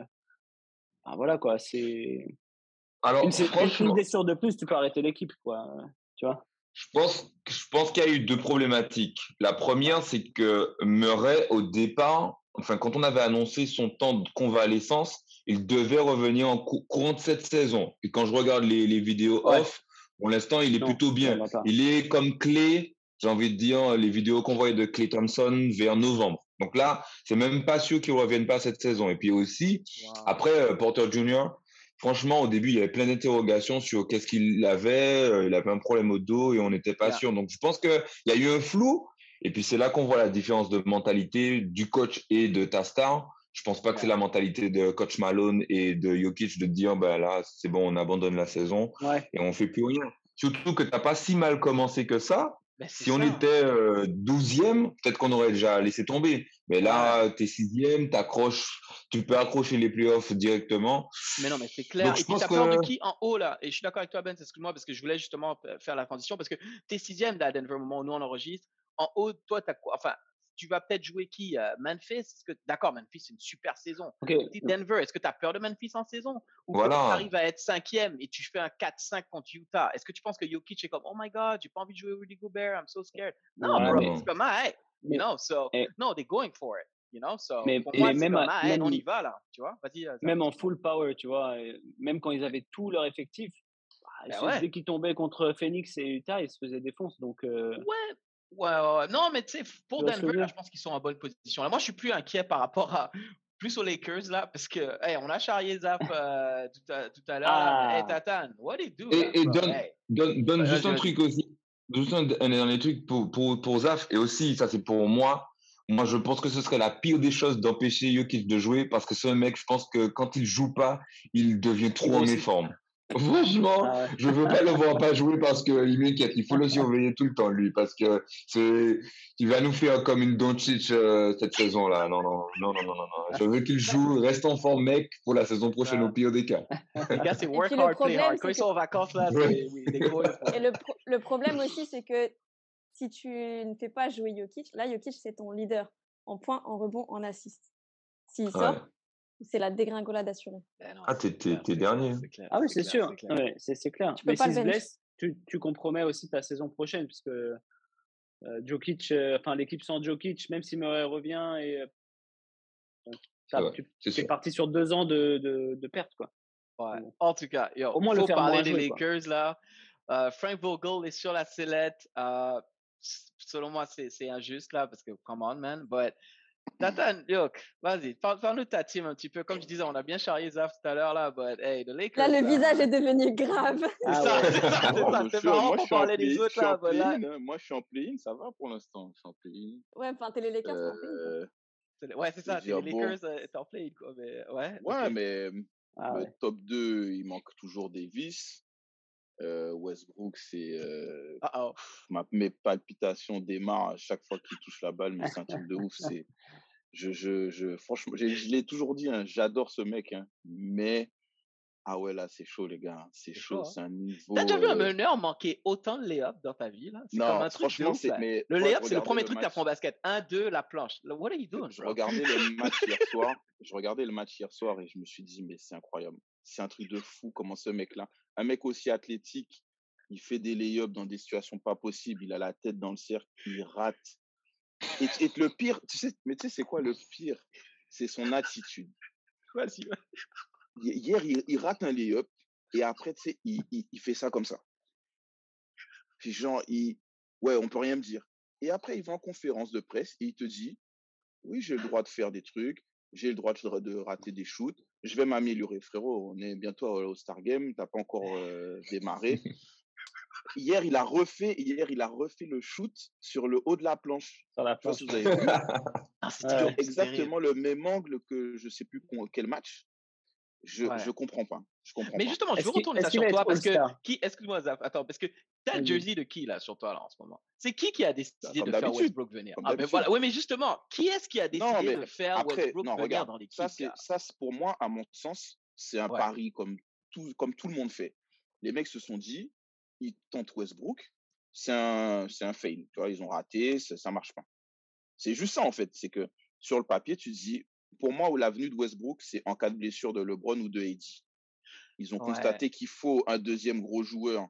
voilà quoi, c'est. Alors, une blessure de plus, tu peux arrêter l'équipe, quoi. Tu vois? Je pense qu'il y a eu deux problématiques. La première, c'est que Murray, au départ, enfin, quand on avait annoncé son temps de convalescence, il devait revenir en courant de cette saison. Et quand je regarde les vidéos off, pour l'instant, il est plutôt bien. Il est comme Clay, j'ai envie de dire, les vidéos qu'on voyait de Clay Thompson vers novembre. Donc là, c'est même pas sûr qu'il ne revienne pas cette saison. Et puis aussi, après, Porter Jr., franchement, au début, il y avait plein d'interrogations sur qu'est-ce qu'il avait. Il avait un problème au dos et on n'était pas sûr. Donc, je pense qu'il y a eu un flou. Et puis, c'est là qu'on voit la différence de mentalité du coach et de ta star. Je pense pas que c'est la mentalité de coach Malone et de Jokic de dire, ben là, c'est bon, on abandonne la saison et on fait plus rien. Surtout que tu n'as pas si mal commencé que ça. Si on était 12e, peut-être qu'on aurait déjà laissé tomber. Mais là, tu es 6e, tu peux accrocher les playoffs directement. Mais non, mais c'est clair. Donc, et puis, tu as peur de qui en haut, là? Et je suis d'accord avec toi, Ben, excuse-moi, parce que je voulais justement faire la transition, parce que tu es 6e là, à Denver, au moment où nous, on enregistre. En haut, toi, tu as quoi? Enfin, tu vas peut-être jouer qui? Memphis? D'accord, Memphis, c'est une super saison. Denver, est-ce que tu as peur de Memphis en saison? Ou que tu arrives à être 5e et tu fais un 4-5 contre Utah? Est-ce que tu penses que Jokic est comme, oh my God, j'ai pas envie de jouer Rudy Gobert, I'm so scared? Non, bro, c'est comme, hey, you know, so, no, they're going for it. You know, so, pour moi, c'est comme, hey, on y va là, tu vois? Vas-y. Même en full power, tu vois, même quand ils avaient tout leur effectif, dès qu'ils tombaient contre Phoenix et Utah, ils se faisaient défoncer. Donc, Ouais. Non, mais tu sais, pour Denver, là, je pense qu'ils sont en bonne position. Là, moi, je suis plus inquiet par rapport plus aux Lakers là, parce que on a charrié Zaf tout à l'heure là. Hey Tatane, what do you do? Et donne juste un truc aussi, juste un dernier truc pour Zaf, et aussi ça c'est pour moi. Moi, je pense que ce serait la pire des choses d'empêcher Jokic de jouer parce que ce mec, je pense que quand il joue pas, il devient trop en méforme. Franchement, je veux pas le voir pas jouer parce qu'il m'inquiète. Il faut le surveiller tout le temps, lui, parce que il va nous faire comme une Doncic cette saison-là. Non. Je veux qu'il joue, reste en forme, mec, pour la saison prochaine au pire des cas. Les gars, c'est work hard, play hard. Quand ils sont en vacances, là, c'est gros. Et le problème aussi, c'est que si tu ne fais pas jouer Jokic, là, Jokic, c'est ton leader en points, en rebond, en assist. S'il sort, c'est la dégringolade assurée. T'es dernier. Ah oui, c'est sûr. C'est clair. Mais s'il se blesse, tu compromets aussi ta saison prochaine, puisque Jokic, l'équipe sans Jokic, même si Murray revient, et tu es parti sur 2 ans de perte, quoi. Ouais. En tout cas, au moins, il faut parler des Lakers, là. Frank Vogel est sur la sellette. Selon moi, c'est injuste, là, parce que, come on, man. But, Nathan, vas-y, parle-nous de ta team un petit peu. Comme je disais, on a bien charrié Zaf tout à l'heure, là, but, hey, the Lakers. Là, le visage est devenu grave. C'est ça. C'est marrant pour parler des autres, là. Moi, je suis en play-in, ça va pour l'instant. Je suis en play-in. Ouais, t'es les Lakers en play-in. Ouais, c'est ça, les Lakers est en play-in, quoi. Mais, ouais, mais le top 2, il manque toujours Davis. Westbrook, c'est mes palpitations démarrent à chaque fois qu'il touche la balle, mais c'est un truc de ouf. C'est franchement, je l'ai toujours dit, hein, j'adore ce mec, hein, mais ouais, là c'est chaud, les gars, c'est chaud, c'est un niveau. T'as déjà vu un meneur manquer autant de lay-up dans ta vie, là? C'est comme un truc franchement, de ouf, le lay-up, c'est le premier truc que t'as fait en basket. 1, 2, la planche. What are you doing, je regardais le match hier soir et je me suis dit, mais c'est incroyable, c'est un truc de fou comment ce mec-là, un mec aussi athlétique, il fait des lay-ups dans des situations pas possibles, il a la tête dans le cercle, il rate. Et le pire, tu sais c'est quoi le pire? C'est son attitude. Vas-y. Hier, il rate un lay-up et après, tu sais, il fait ça comme ça. Puis genre, on peut rien me dire. Et après, il va en conférence de presse et il te dit, oui, j'ai le droit de faire des trucs, j'ai le droit de rater des shoots, je vais m'améliorer. Frérot, on est bientôt au Star Game, t'as pas encore démarré. Hier, il a refait le shoot sur le haut de la planche. Sur la planche. Je sais pas si vous avez vu. C'était exactement le même angle que je sais plus quel match. Je comprends pas. Mais justement, je veux retourner ça sur toi parce que excuse-moi Zaf, attends, parce que t'as le jersey de qui là sur toi là en ce moment? C'est qui a décidé de faire Westbrook venir? Mais voilà, oui, mais justement, qui est-ce qui a décidé de faire Westbrook venir dans l'équipe? Ça, pour moi, à mon sens, c'est un pari comme tout le monde fait. Les mecs se sont dit, ils tentent Westbrook, c'est un fail. Tu vois, ils ont raté, ça marche pas. C'est juste ça en fait, c'est que sur le papier, tu te dis, pour moi, l'avenue de Westbrook, c'est en cas de blessure de LeBron ou de AD. Ils ont constaté qu'il faut un deuxième gros joueur.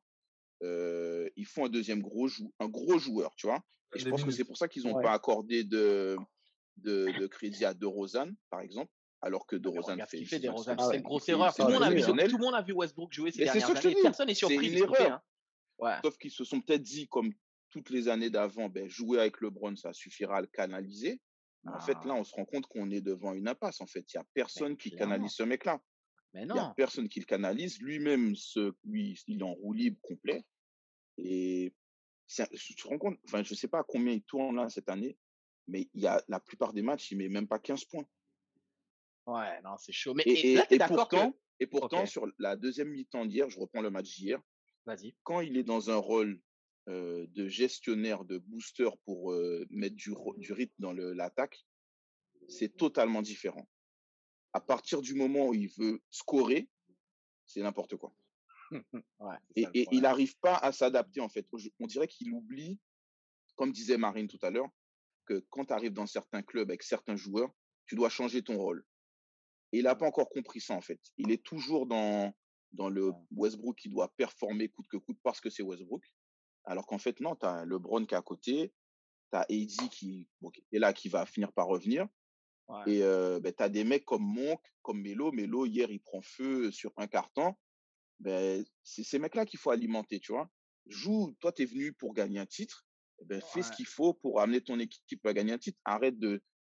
Il faut un deuxième gros joueur, tu vois. Et je pense que c'est pour ça qu'ils n'ont pas accordé de crédit à DeRozan, par exemple, alors que DeRozan fait DeRozan, c'est une grosse erreur. Tout le monde a vu Westbrook jouer ces dernières années. Personne n'est surpris. C'est une erreur. Sauf qu'ils se sont peut-être dit, comme toutes les années d'avant, jouer avec LeBron, ça suffira à le canaliser. En fait, là, on se rend compte qu'on est devant une impasse. En fait, il n'y a personne qui canalise ce mec-là. Il n'y a personne qui le canalise. Lui-même, il est en roue libre complet. Et tu te rends compte, je ne sais pas à combien il tourne là cette année, mais la plupart des matchs, il ne met même pas 15 points. Ouais, non, c'est chaud. Mais et pourtant sur la deuxième mi-temps d'hier, je reprends le match d'hier. Vas-y. Quand il est dans un rôle de gestionnaire, de booster pour mettre du rythme dans l'attaque, c'est totalement différent. À partir du moment où il veut scorer, c'est n'importe quoi. Et il n'arrive pas à s'adapter, en fait. On dirait qu'il oublie, comme disait Marine tout à l'heure, que quand tu arrives dans certains clubs avec certains joueurs, tu dois changer ton rôle. Et il n'a pas encore compris ça, en fait. Il est toujours dans le Westbrook qui doit performer coûte que coûte parce que c'est Westbrook. Alors qu'en fait, non, tu as LeBron qui est à côté, tu as AD qui est là, qui va finir par revenir. Et tu as des mecs comme Monk, comme Melo. Melo, hier, il prend feu sur un carton. C'est ces mecs-là qu'il faut alimenter, tu vois. Joue, toi, tu es venu pour gagner un titre. Fais ce qu'il faut pour amener ton équipe à gagner un titre. Arrête de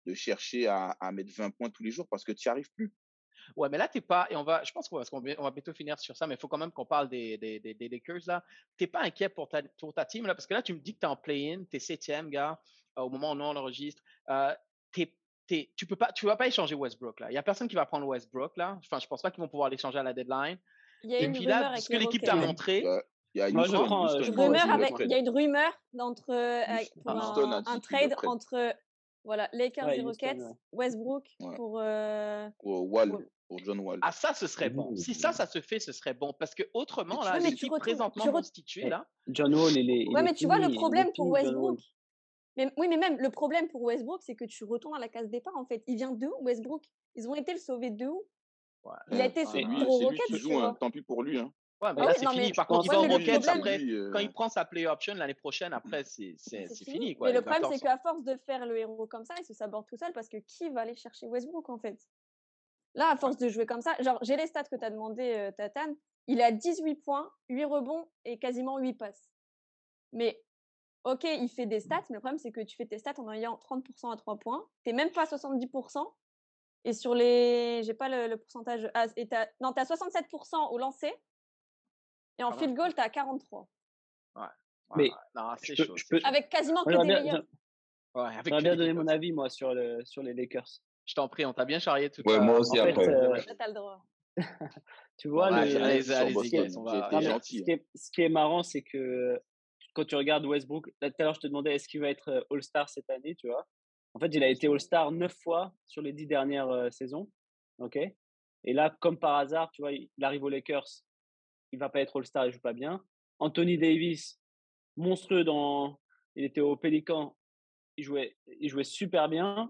de chercher à mettre 20 points tous les jours parce que tu n'y arrives plus. Ouais, mais là, t'es pas, et je pense qu'on va bientôt finir sur ça, mais il faut quand même qu'on parle des Lakers, là. T'es pas inquiet pour ta team, là, parce que là, tu me dis que t'es en play-in, t'es 7e, gars, au moment où on enregistre. Tu vas pas échanger Westbrook, là. Il y a personne qui va prendre Westbrook, là. Enfin, je pense pas qu'ils vont pouvoir l'échanger à la deadline. Il y a une rumeur avec ce que l'équipe t'a montré. Il y a une rumeur pour un trade entre Lakers et Rockets, Westbrook pour John Wall. Ah, ça, ce serait bon. Si ça se fait, ce serait bon. Parce que autrement, là, l'équipe présentement constituée, là. John Wall, mais tu vois, le problème pour Westbrook. Mais même le problème pour Westbrook, c'est que tu retournes à la case départ, en fait. Il vient d'où, Westbrook? Ils ont été le sauver d'où? Ouais. Il a été sauvé pour Rockets. Tant pis pour lui, hein. Ouais, mais là, c'est fini. Par contre, il va au Rockets après. Quand il prend sa play option l'année prochaine, après, c'est fini. Quoi. Mais le problème, c'est qu'à force de faire le héros comme ça, il se saborde tout seul parce que qui va aller chercher Westbrook, en fait? Là, à force de jouer comme ça, genre, j'ai les stats que tu as demandé, Tatane. Il a 18 points, 8 rebonds et quasiment 8 passes. Mais, ok, il fait des stats, mais le problème, c'est que tu fais tes stats en ayant 30% à 3 points. Tu n'es même pas à 70%. Et sur les. J'ai pas le pourcentage. Ah, non, tu as 67% au lancer. Et en field goal, tu as 43. Ouais. Mais non, c'est chaud. Avec quasiment que des meilleurs. J'aurais bien donné mon avis, moi, sur les Lakers. Je t'en prie, on t'a bien charrié tout à l'heure. Ouais, moi aussi, après. T'as le droit. Tu vois, allez-y, ce qui est marrant, c'est que quand tu regardes Westbrook, tout à l'heure, je te demandais est-ce qu'il va être All-Star cette année, tu vois. En fait, il a été All-Star 9 fois sur les 10 dernières saisons. OK. Et là, comme par hasard, tu vois, il arrive aux Lakers. Il va pas être All-Star, il joue pas bien. Anthony Davis, monstrueux il était au Pélican. Il jouait super bien.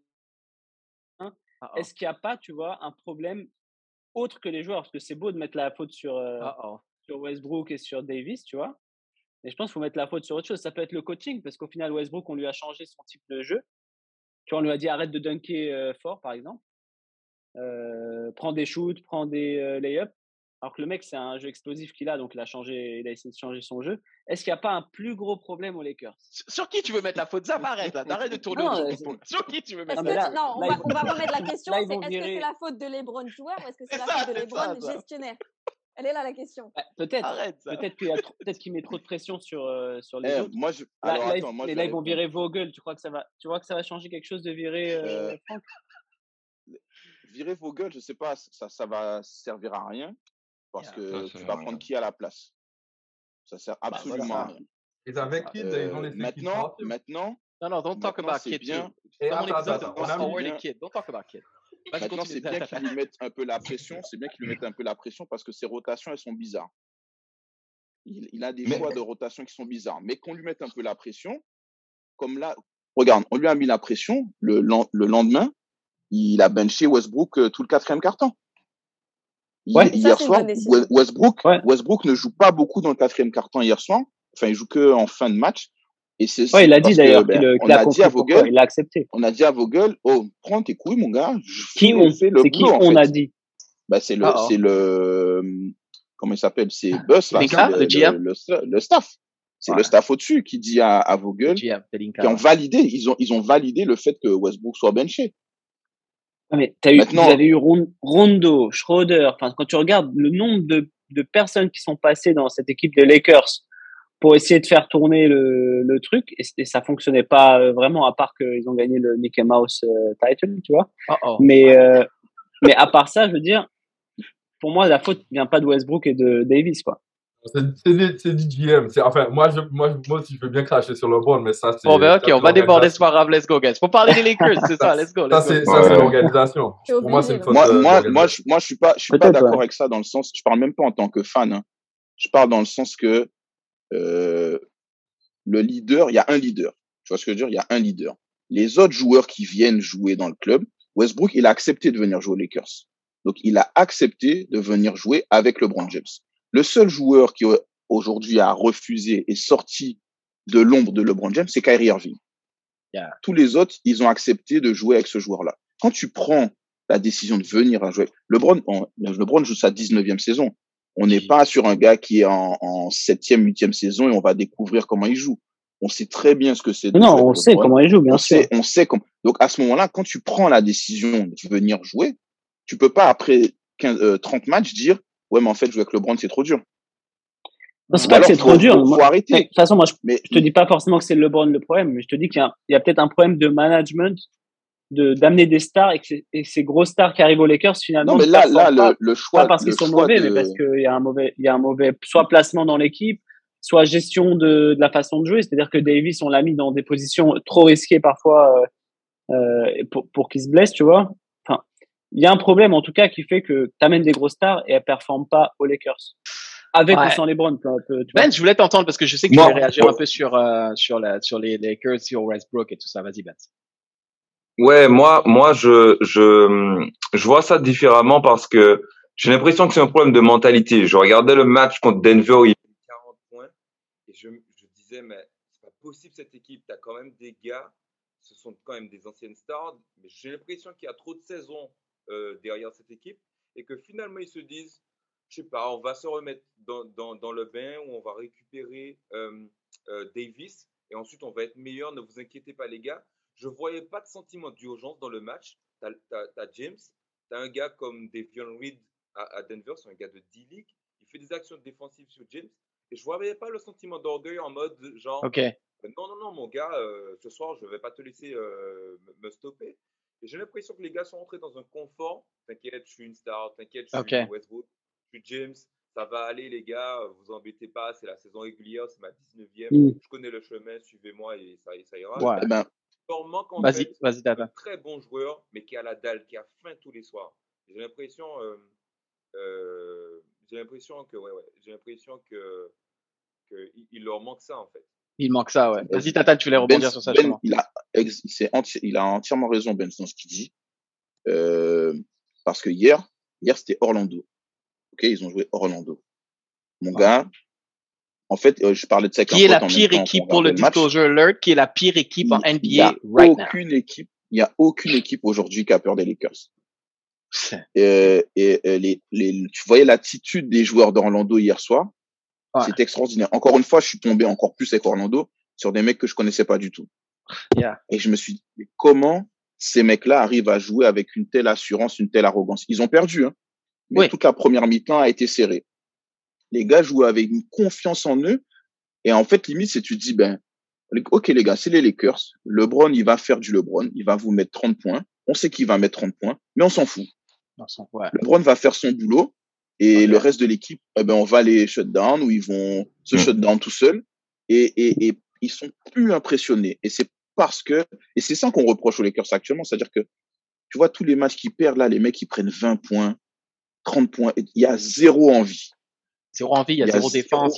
Est-ce qu'il n'y a pas, tu vois, un problème autre que les joueurs? Parce que c'est beau de mettre la faute sur Westbrook et sur Davis, tu vois. Mais je pense qu'il faut mettre la faute sur autre chose. Ça peut être le coaching, parce qu'au final, Westbrook, on lui a changé son type de jeu. Tu vois, on lui a dit arrête de dunker fort, par exemple. Prends des shoots, prends des lay-ups. Alors que le mec, c'est un jeu explosif qu'il a, donc il a essayé de changer son jeu. Est-ce qu'il n'y a pas un plus gros problème aux Lakers? Sur qui tu veux mettre la faute? Zap, arrête là, arrête de tourner autour. Sur qui tu veux mettre la faute? Non, on va remettre la question. Est-ce que c'est la faute de LeBron joueur ou est-ce que c'est la faute de LeBron gestionnaire? Elle est là la question. Peut-être qu'il met trop de pression sur les autres. Là, ils vont virer Vogel. Tu crois que ça va changer quelque chose de virer Franck? Virer Vogel, je sais pas, ça va servir à rien parce que tu vas prendre qui à la place. Ça sert absolument à rien. Et avec Kid, ils ont les maintenant. Non, don't talk about Kid. Don't talk about Kid. Maintenant, c'est bien qu'ils lui mettent un peu la pression. C'est bien qu'ils lui mettent un peu la pression parce que ses rotations, elles sont bizarres. Il a des choix de rotation qui sont bizarres. Mais qu'on lui mette un peu la pression, comme là, regarde, on lui a mis la pression le lendemain. Il a benché Westbrook tout le 4e quart-temps. Hier soir, Westbrook ne joue pas beaucoup dans le 4e quart-temps hier soir. Enfin, il joue que en fin de match. Et il a dit d'ailleurs qu'il a compris pourquoi, il a accepté. On a dit à Vogel, prends tes couilles, mon gars. C'est qui on a dit? C'est le, comment il s'appelle? C'est Buss, là. Le staff. C'est le staff au-dessus qui dit à Vogel, qui ont validé, ils ont validé le fait que Westbrook soit benché. Mais vous avez eu Rondo, Schroeder. Enfin, quand tu regardes le nombre de personnes qui sont passées dans cette équipe des Lakers pour essayer de faire tourner le truc, et ça fonctionnait pas vraiment, à part qu'ils ont gagné le Mickey Mouse title, tu vois. Mais à part ça, je veux dire, pour moi, la faute vient pas de Westbrook et de Davis, quoi. C'est du GM. Enfin, moi aussi, je veux bien cracher sur LeBron, mais ça, c'est. Bon, ben, ok, on va déborder ce grave. Let's go, guys. Faut parler des Lakers, c'est ça, let's go. Ça, c'est l'organisation. Pour moi, c'est une faute. Moi, je suis pas d'accord avec ça dans le sens, je parle même pas en tant que fan, hein. Je parle dans le sens que, le leader, il y a un leader. Tu vois ce que je veux dire? Il y a un leader. Les autres joueurs qui viennent jouer dans le club, Westbrook, il a accepté de venir jouer aux Lakers. Donc, il a accepté de venir jouer avec LeBron James. Le seul joueur qui aujourd'hui a refusé et sorti de l'ombre de LeBron James, c'est Kyrie Irving. Tous les autres, ils ont accepté de jouer avec ce joueur-là. Quand tu prends la décision de venir à jouer, LeBron joue sa 19e saison. On n'est pas sur un gars qui est en 7e, 8e saison et on va découvrir comment il joue. On sait très bien ce que c'est. Non, on sait comment il joue, bien sûr. On sait comment. Donc, à ce moment-là, quand tu prends la décision de venir jouer, tu peux pas, après 30 matchs, dire, ouais, mais en fait, jouer avec LeBron, c'est trop dur. Non, c'est pas que c'est trop dur. Faut arrêter. De toute façon, moi, je te dis pas forcément que c'est LeBron le problème, mais je te dis qu'il y a peut-être un problème de management, d'amener des stars et ces grosses stars qui arrivent aux Lakers, finalement. Non, mais là, le choix. Pas parce qu'ils sont mauvais, mais parce qu'il y a un mauvais, soit placement dans l'équipe, soit gestion de la façon de jouer. C'est-à-dire que Davis, on l'a mis dans des positions trop risquées parfois, pour qu'il se blesse, tu vois. Enfin, il y a un problème, en tout cas, qui fait que t'amènes des grosses stars et elles performent pas aux Lakers. Avec ou sans LeBron, un peu. Ben, je voulais t'entendre parce que je sais que tu voulais réagir un peu sur les Lakers, sur Westbrook et tout ça. Vas-y, Ben. Ouais, moi, je vois ça différemment parce que j'ai l'impression que c'est un problème de mentalité. Je regardais le match contre Denver, il y avait 40 points et je disais, mais c'est pas possible cette équipe. T'as quand même des gars, ce sont quand même des anciennes stars, mais j'ai l'impression qu'il y a trop de saisons derrière cette équipe et que finalement ils se disent, je sais pas, on va se remettre dans le bain où on va récupérer Davis et ensuite on va être meilleur. Ne vous inquiétez pas les gars. Je voyais pas de sentiment d'urgence dans le match. T'as James, t'as un gars comme Devion Reed à Denver, c'est un gars de D-League. Il fait des actions défensives sur James et je voyais pas le sentiment d'orgueil en mode genre non mon gars, ce soir je vais pas te laisser me stopper. Et j'ai l'impression que les gars sont rentrés dans un confort. T'inquiète, je suis une star. T'inquiète, je suis Westbrook. Je suis James. Ça va aller, les gars. Vous embêtez pas. C'est la saison régulière. C'est ma 19e. Je connais le chemin. Suivez-moi et ça ira. Ouais. On manque en fait un très bon joueur, mais qui a la dalle, qui a faim tous les soirs. J'ai l'impression qu'il leur manque ça, en fait. Il manque ça, ouais. Vas-y, Tata, tu voulais rebondir sur ça. Il a entièrement raison, Ben, dans ce qu'il dit. Parce que hier, c'était Orlando. Ok, ils ont joué Orlando. Mon gars, en fait, je parlais de ça. Qui est la pire équipe pour le disclosure alert? Qui est la pire équipe en NBA right now? Il n'y a aucune équipe aujourd'hui qui a peur des Lakers. Tu voyais l'attitude des joueurs d'Orlando hier soir. Ouais. C'est extraordinaire. Encore une fois, je suis tombé encore plus avec Orlando sur des mecs que je connaissais pas du tout. Yeah. Et je me suis dit, mais comment ces mecs-là arrivent à jouer avec une telle assurance, une telle arrogance? Ils ont perdu, hein. Mais toute la première mi-temps a été serrée. Les gars jouent avec une confiance en eux. Et en fait, limite, c'est tu te dis, ok, les gars, c'est les Lakers. LeBron, il va faire du LeBron. Il va vous mettre 30 points. On sait qu'il va mettre 30 points, mais on s'en fout. LeBron va faire son boulot. Et le reste de l'équipe, on va les shut down ou ils vont se shut down tout seuls. Et ils sont plus impressionnés. Et c'est parce que, et c'est ça qu'on reproche aux Lakers actuellement. C'est-à-dire que, tu vois, tous les matchs qu'ils perdent là, les mecs, ils prennent 20 points, 30 points. Il y a zéro envie. Zéro envie, il y a zéro défense.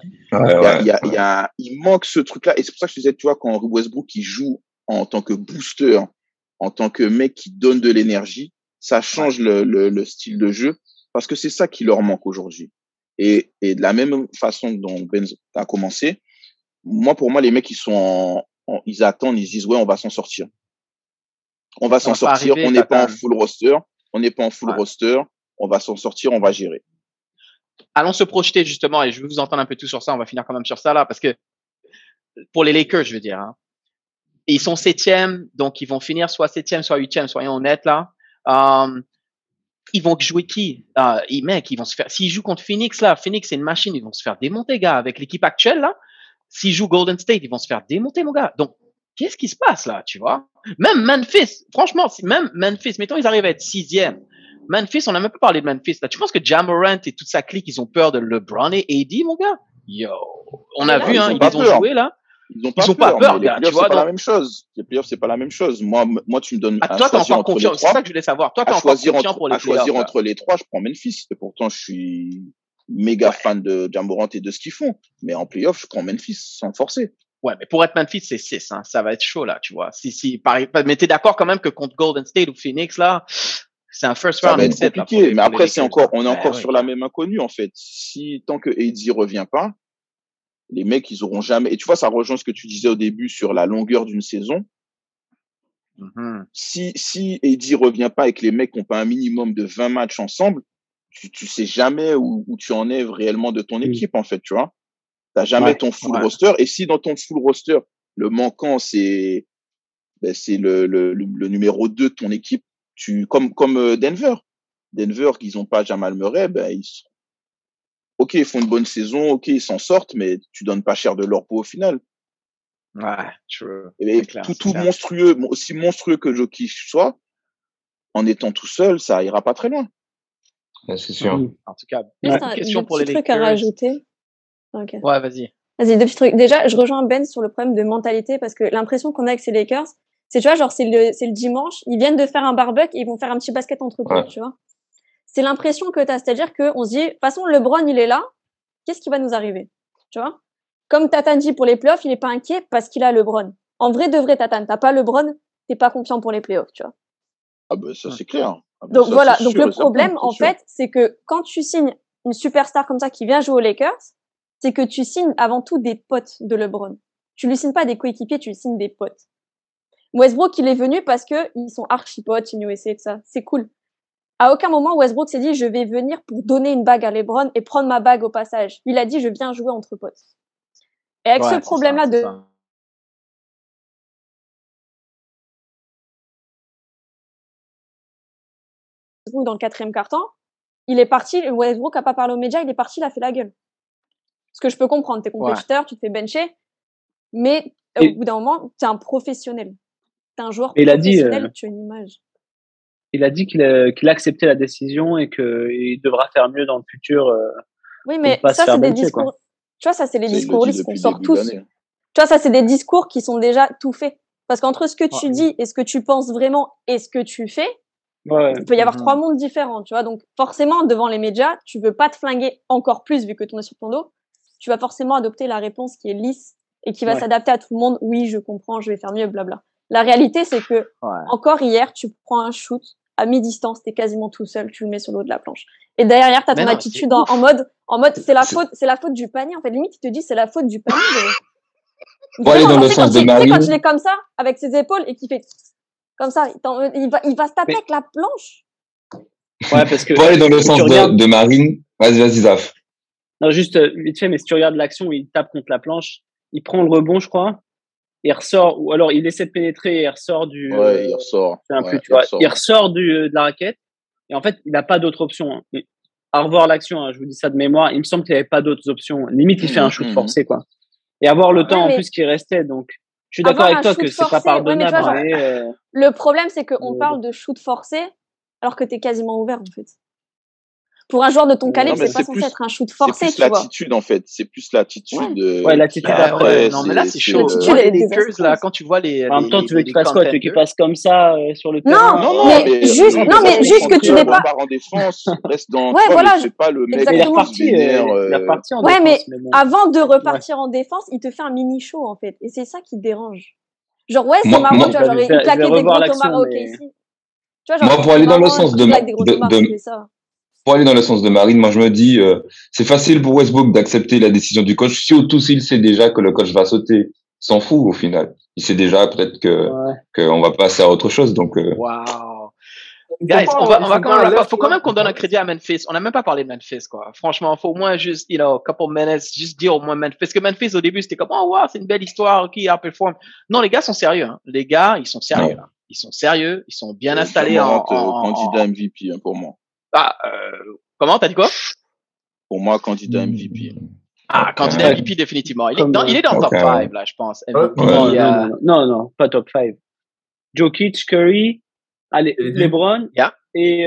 Il manque ce truc-là. Et c'est pour ça que je disais, tu vois, quand Westbrook, il joue en tant que booster, en tant que mec qui donne de l'énergie, ça change le style de jeu. Parce que c'est ça qui leur manque aujourd'hui. Et de la même façon dont Ben a commencé, pour moi, les mecs, ils attendent, ils se disent, ouais, on va s'en sortir. On va s'en sortir. On n'est pas en full roster. On va s'en sortir. On va gérer. Allons se projeter, justement, et je veux vous entendre un peu tout sur ça. On va finir quand même sur ça, là, parce que pour les Lakers, je veux dire, hein, ils sont 7e, donc ils vont finir soit 7e, soit 8e, soyons honnêtes, là. Ils vont jouer qui? Ils vont se faire. S'ils jouent contre Phoenix, là, Phoenix, c'est une machine. Ils vont se faire démonter, gars. Avec l'équipe actuelle, là, s'ils jouent Golden State, ils vont se faire démonter, mon gars. Donc, qu'est-ce qui se passe, là, tu vois? Même Memphis, franchement, mettons, ils arrivent à être 6e. Memphis, on n'a même pas parlé de Memphis, là. Tu penses que Ja Morant et toute sa clique, ils ont peur de LeBron et AD, mon gars? Yo. On a vu, hein, ils les ont joués, là. Ils ont pas peur, gars. Tu vois, c'est pas la même chose. Les playoffs, c'est pas la même chose. Moi, tu me donnes toi, t'es encore confiant. C'est ça que je voulais savoir. Toi, t'es encore confiant pour les playoffs. À choisir entre les trois, je prends Memphis. Et pourtant, je suis méga fan de Ja Morant et de ce qu'ils font. Mais en playoffs, je prends Memphis sans forcer. Ouais, mais pour être Memphis, c'est 6, hein. Ça va être chaud, là, tu vois. Mais t'es d'accord quand même que contre Golden State ou Phoenix, là, c'est un first round. Ça va être compliqué. Mais après, on est encore sur la même inconnue, en fait. Tant que AD revient pas, les mecs, ils auront jamais. Et tu vois, ça rejoint ce que tu disais au début sur la longueur d'une saison. Si AD revient pas et que les mecs n'ont pas un minimum de 20 matchs ensemble, tu sais jamais où tu en es réellement de ton équipe, en fait, tu vois. T'as jamais ton full roster. Et si dans ton full roster, le manquant, c'est le numéro 2 de ton équipe, comme Denver. Denver, qu'ils ont pas Jamal Murray, OK, ils font une bonne saison, OK, ils s'en sortent, mais tu donnes pas cher de leur peau au final. Ouais, true. Et tout monstrueux, aussi monstrueux que Jokic soit, en étant tout seul, ça ira pas très loin. Ouais, c'est sûr. En tout cas, une question pour les Lakers. Trucs à rajouter. Okay. Ouais, vas-y. Vas-y, deux petits trucs. Déjà, je rejoins Ben sur le problème de mentalité parce que l'impression qu'on a avec ces Lakers, c'est, tu vois, genre, c'est le dimanche, ils viennent de faire un barbecue et ils vont faire un petit basket entre potes, tu vois. C'est l'impression que t'as, c'est-à-dire qu'on se dit, de toute façon, LeBron, il est là, qu'est-ce qui va nous arriver? Tu vois? Comme Tatane dit pour les playoffs, il est pas inquiet parce qu'il a LeBron. En vrai de vrai, Tatane, t'as pas LeBron, t'es pas confiant pour les playoffs, tu vois. Ah ben, ça, c'est clair. Donc ça, voilà. Donc sûr, le problème, en fait, c'est que quand tu signes une superstar comme ça qui vient jouer aux Lakers, c'est que tu signes avant tout des potes de LeBron. Tu lui signes pas des coéquipiers, tu lui signes des potes. Westbrook, il est venu parce que ils sont archi potes, Team USA et tout ça. C'est cool. À aucun moment, Westbrook s'est dit, je vais venir pour donner une bague à LeBron et prendre ma bague au passage. Il a dit, je viens jouer entre potes. Et avec ce problème-là dans le 4e quart-temps, il est parti, Westbrook a pas parlé aux médias, il est parti, il a fait la gueule. Ce que je peux comprendre, t'es compétiteur, tu te fais bencher, mais au bout d'un moment, t'es un professionnel. T'es un joueur professionnel, tu as une image. Il a dit qu'il a accepté la décision et qu'il devra faire mieux dans le futur. Oui, mais ça, c'est des discours. Quoi. Tu vois, ça, c'est les discours qu'on sort tous. Tu vois, ça, c'est des discours qui sont déjà tout faits. Parce qu'entre ce que tu dis et ce que tu penses vraiment et ce que tu fais, il peut y avoir 3 mondes différents, tu vois. Donc, forcément, devant les médias, tu veux pas te flinguer encore plus vu que tu es sur ton dos. Tu vas forcément adopter la réponse qui est lisse et qui va s'adapter à tout le monde. Oui, je comprends, je vais faire mieux, blabla. La réalité, c'est que encore hier, tu prends un shoot à mi-distance, t'es quasiment tout seul, tu le mets sur le haut de la planche. Et derrière, t'as ton attitude en mode, c'est la faute du panier. En fait, limite, il te dit, c'est la faute du panier. Pour aller dans le sens de Marine. Quand il est comme ça, avec ses épaules, et qu'il fait comme ça, il va se taper avec la planche. Ouais, parce que. Pour aller dans le sens de Marine, vas-y, Zaf. Non, juste, vite fait, mais si tu regardes l'action où il tape contre la planche, il prend le rebond, je crois. Il ressort, ou alors il essaie de pénétrer et il ressort du. Ouais, il ressort. Il ressort de la raquette. Et en fait, il n'a pas d'autre option. Hein. À revoir l'action, hein, je vous dis ça de mémoire, il me semble qu'il n'y avait pas d'autres options. Limite, il fait un shoot forcé, quoi. Et avoir le temps en plus qui restait, donc. Je suis d'accord avec toi que c'est pas pardonnable. Mais le problème, c'est qu'on parle de shoot forcé alors que t'es quasiment ouvert, en fait. Pour un joueur de ton calibre, c'est pas censé être un shoot forcé, tu vois. C'est plus l'attitude, en fait. C'est plus l'attitude. Ouais, l'attitude après. Non, mais là, c'est chaud. Les Lakers, là, quand tu vois les. En même temps, tu veux qu'il fasse quoi? Tu veux qu'il passe comme ça sur le terrain? Non, mais juste que tu n'es pas. En défense, reste dans. Ouais, voilà. C'est pas le mec qui est reparti. Ouais, mais avant de repartir en défense, il te fait un mini show, en fait. Et c'est ça qui te dérange. Genre, ouais, c'est marrant, tu vois, genre, il claquait des gros tomahawks ici. Tu vois, genre. Moi, pour aller dans le sens Pour aller dans le sens de Marine, moi je me dis, c'est facile pour Westbrook d'accepter la décision du coach, surtout s'il sait déjà que le coach va sauter. Il s'en fout au final. Il sait déjà peut-être qu'on va passer à autre chose. Donc. Wow. Guys, on va quand même. Faut quand même qu'on donne un crédit à Memphis. On n'a même pas parlé de Memphis, quoi. Franchement, faut au moins juste, couple minutes, juste dire au moins Memphis. Parce que Memphis au début c'était comme, oh wow, c'est une belle histoire, qui outperform. Non, les gars sont sérieux. Hein. Les gars, ils sont sérieux. Là. Ils sont sérieux. Ils sont bien installés en candidat MVP pour moi. Comment t'as dit quoi? Pour moi, candidat MVP. Candidat MVP définitivement. Il est dans le top 5 là, je pense. Non, pas top 5. Jokic, Curry, LeBron et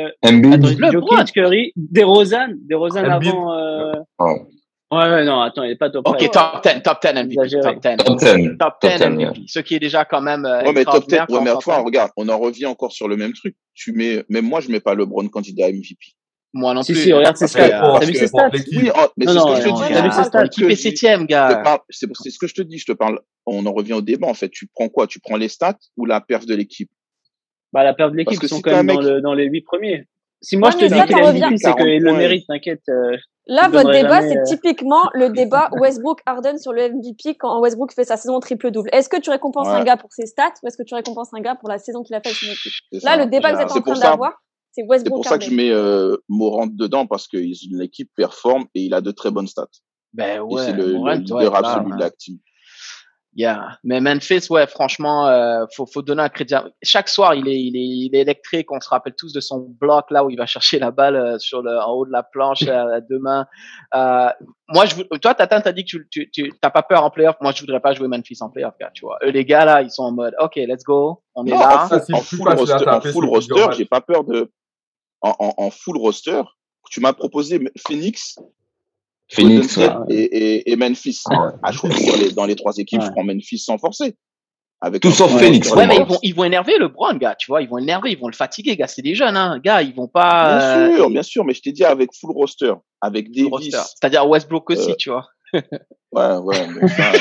Jokic, Curry, DeRozan avant. Ouais, non, attends, il est pas top 5. Ok, top 10 MVP. Top 10 MVP. Ce qui est déjà quand même. Ouais, mais top 10, mais regarde, on en revient encore sur le même truc. Même moi, je mets pas LeBron candidat MVP. Moi non plus. Si, regarde ses stats. T'as vu ses stats? Oui, mais c'est ce que je te dis. T'as vu ses stats? L'équipe est 7ème, gars. C'est ce que je te dis. Je te parle. On en revient au débat, en fait. Tu prends quoi? Tu prends les stats ou la perf de l'équipe? Bah, la perf de l'équipe, ils sont quand même dans les 8 premiers. Si moi, je te dis qu'il est MVP, c'est qu'il le mérite, t'inquiète. Là, votre débat, c'est typiquement le débat Westbrook-Harden sur le MVP quand Westbrook fait sa saison triple-double. Est-ce que tu récompenses un gars pour ses stats ou est-ce que tu récompenses un gars pour la saison qu'il a fait avec son équipe? Là, le débat que vous êtes en train d'avoir, c'est Westbrook. C'est pour ça que je mets Morant dedans parce que l'équipe performe et il a de très bonnes stats. Ben Et c'est ouais, le Morant doit leader être là. absolu de la team. Yeah. Mais Memphis, ouais, franchement, faut donner un crédit. Chaque soir, il est électrique. On se rappelle tous de son bloc là où il va chercher la balle en haut de la planche à deux mains. Moi, toi, Tatan, t'as dit que tu t'as pas peur en playoff. Moi, je voudrais pas jouer Memphis en playoff, gars. Tu vois, eux, les gars là, ils sont en mode, OK, let's go, on est là. En full roster, j'ai pas peur de. En full roster, tu m'as proposé Phoenix, ouais. et Memphis. À choisir dans les trois équipes, je prends Memphis sans forcer. Avec tout sauf Phoenix. Ouais, mais ils vont énerver LeBron, gars, tu vois, ils vont l'énerver, ils vont le fatiguer, gars, c'est des jeunes, hein, gars, ils vont pas. Bien sûr, mais je t'ai dit avec full roster, avec Davis. C'est-à-dire Westbrook aussi, tu vois. Ouais, mais ça.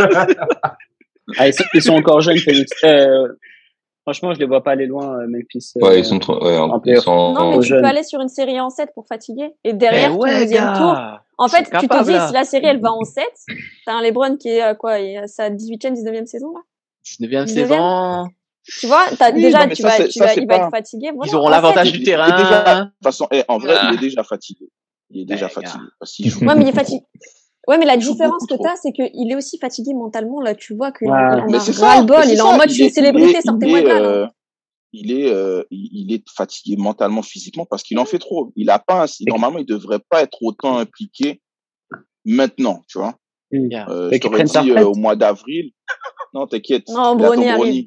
Ils sont encore jeunes, Phoenix. Franchement, je les vois pas aller loin, Memphis. Ouais, ils sont trop. Ouais, non, mais tu peux aller sur une série en 7 pour fatiguer. Et derrière ton deuxième tour, en fait, tu te dis, si la série elle va en 7, t'as un LeBron qui est quoi, il a sa 18e, 19e saison là. 19e saison. Tu vois, il va être fatigué. Voilà. Ils auront l'avantage du terrain. De toute façon, en vrai, il est déjà fatigué. Ouais, mais il est fatigué. Ouais, mais la différence que t'as, c'est qu'il est aussi fatigué mentalement. Là, tu vois qu'il en a ras-le-bol. Il est en mode, je suis une célébrité, sortez-moi de là. Il est fatigué mentalement, physiquement, parce qu'il en fait trop. Normalement, il devrait pas être autant impliqué maintenant, tu vois. Je t'aurais dit au mois d'avril. Non, t'inquiète. Non, Bronny arrive.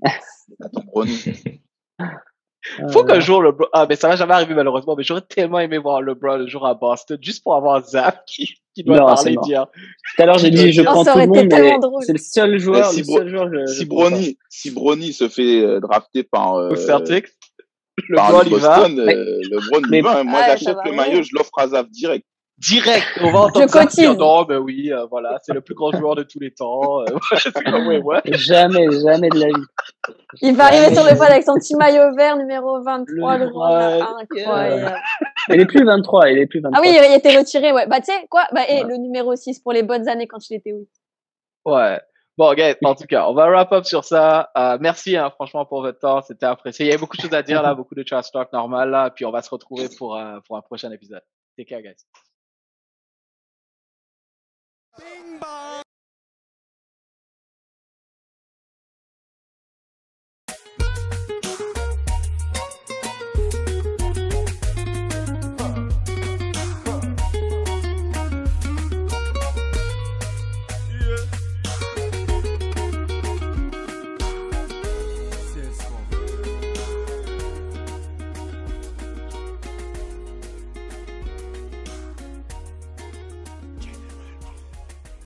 Faut qu'un jour LeBron. Ah, mais ça va jamais arriver malheureusement. Mais j'aurais tellement aimé voir LeBron le jour à Boston, juste pour avoir Zap qui doit parler, dire. Tout à l'heure, j'ai dit, je prends tout le monde, mais c'est le seul joueur. Si Bronny se fait drafter par Celtics, LeBron il va. LeBron il va. Moi, j'achète le maillot, je l'offre à Zap direct. On va entendre ça dire non, ben oui, voilà, c'est le plus grand joueur de tous les temps. Jamais de la vie. Il va arriver sur le pod avec son petit maillot vert numéro 23, le grand, incroyable. Il est plus 23, Ah oui, il était retiré, ouais. Bah, tu sais, quoi, et le numéro 6 pour les bonnes années quand il était où? Ouais. Bon, gars, en tout cas, on va wrap up sur ça. Merci, franchement, pour votre temps. C'était apprécié. Il y a beaucoup de choses à dire, là, beaucoup de trash talk normal, là. Puis on va se retrouver pour un prochain épisode. Take care, guys. Bing bong.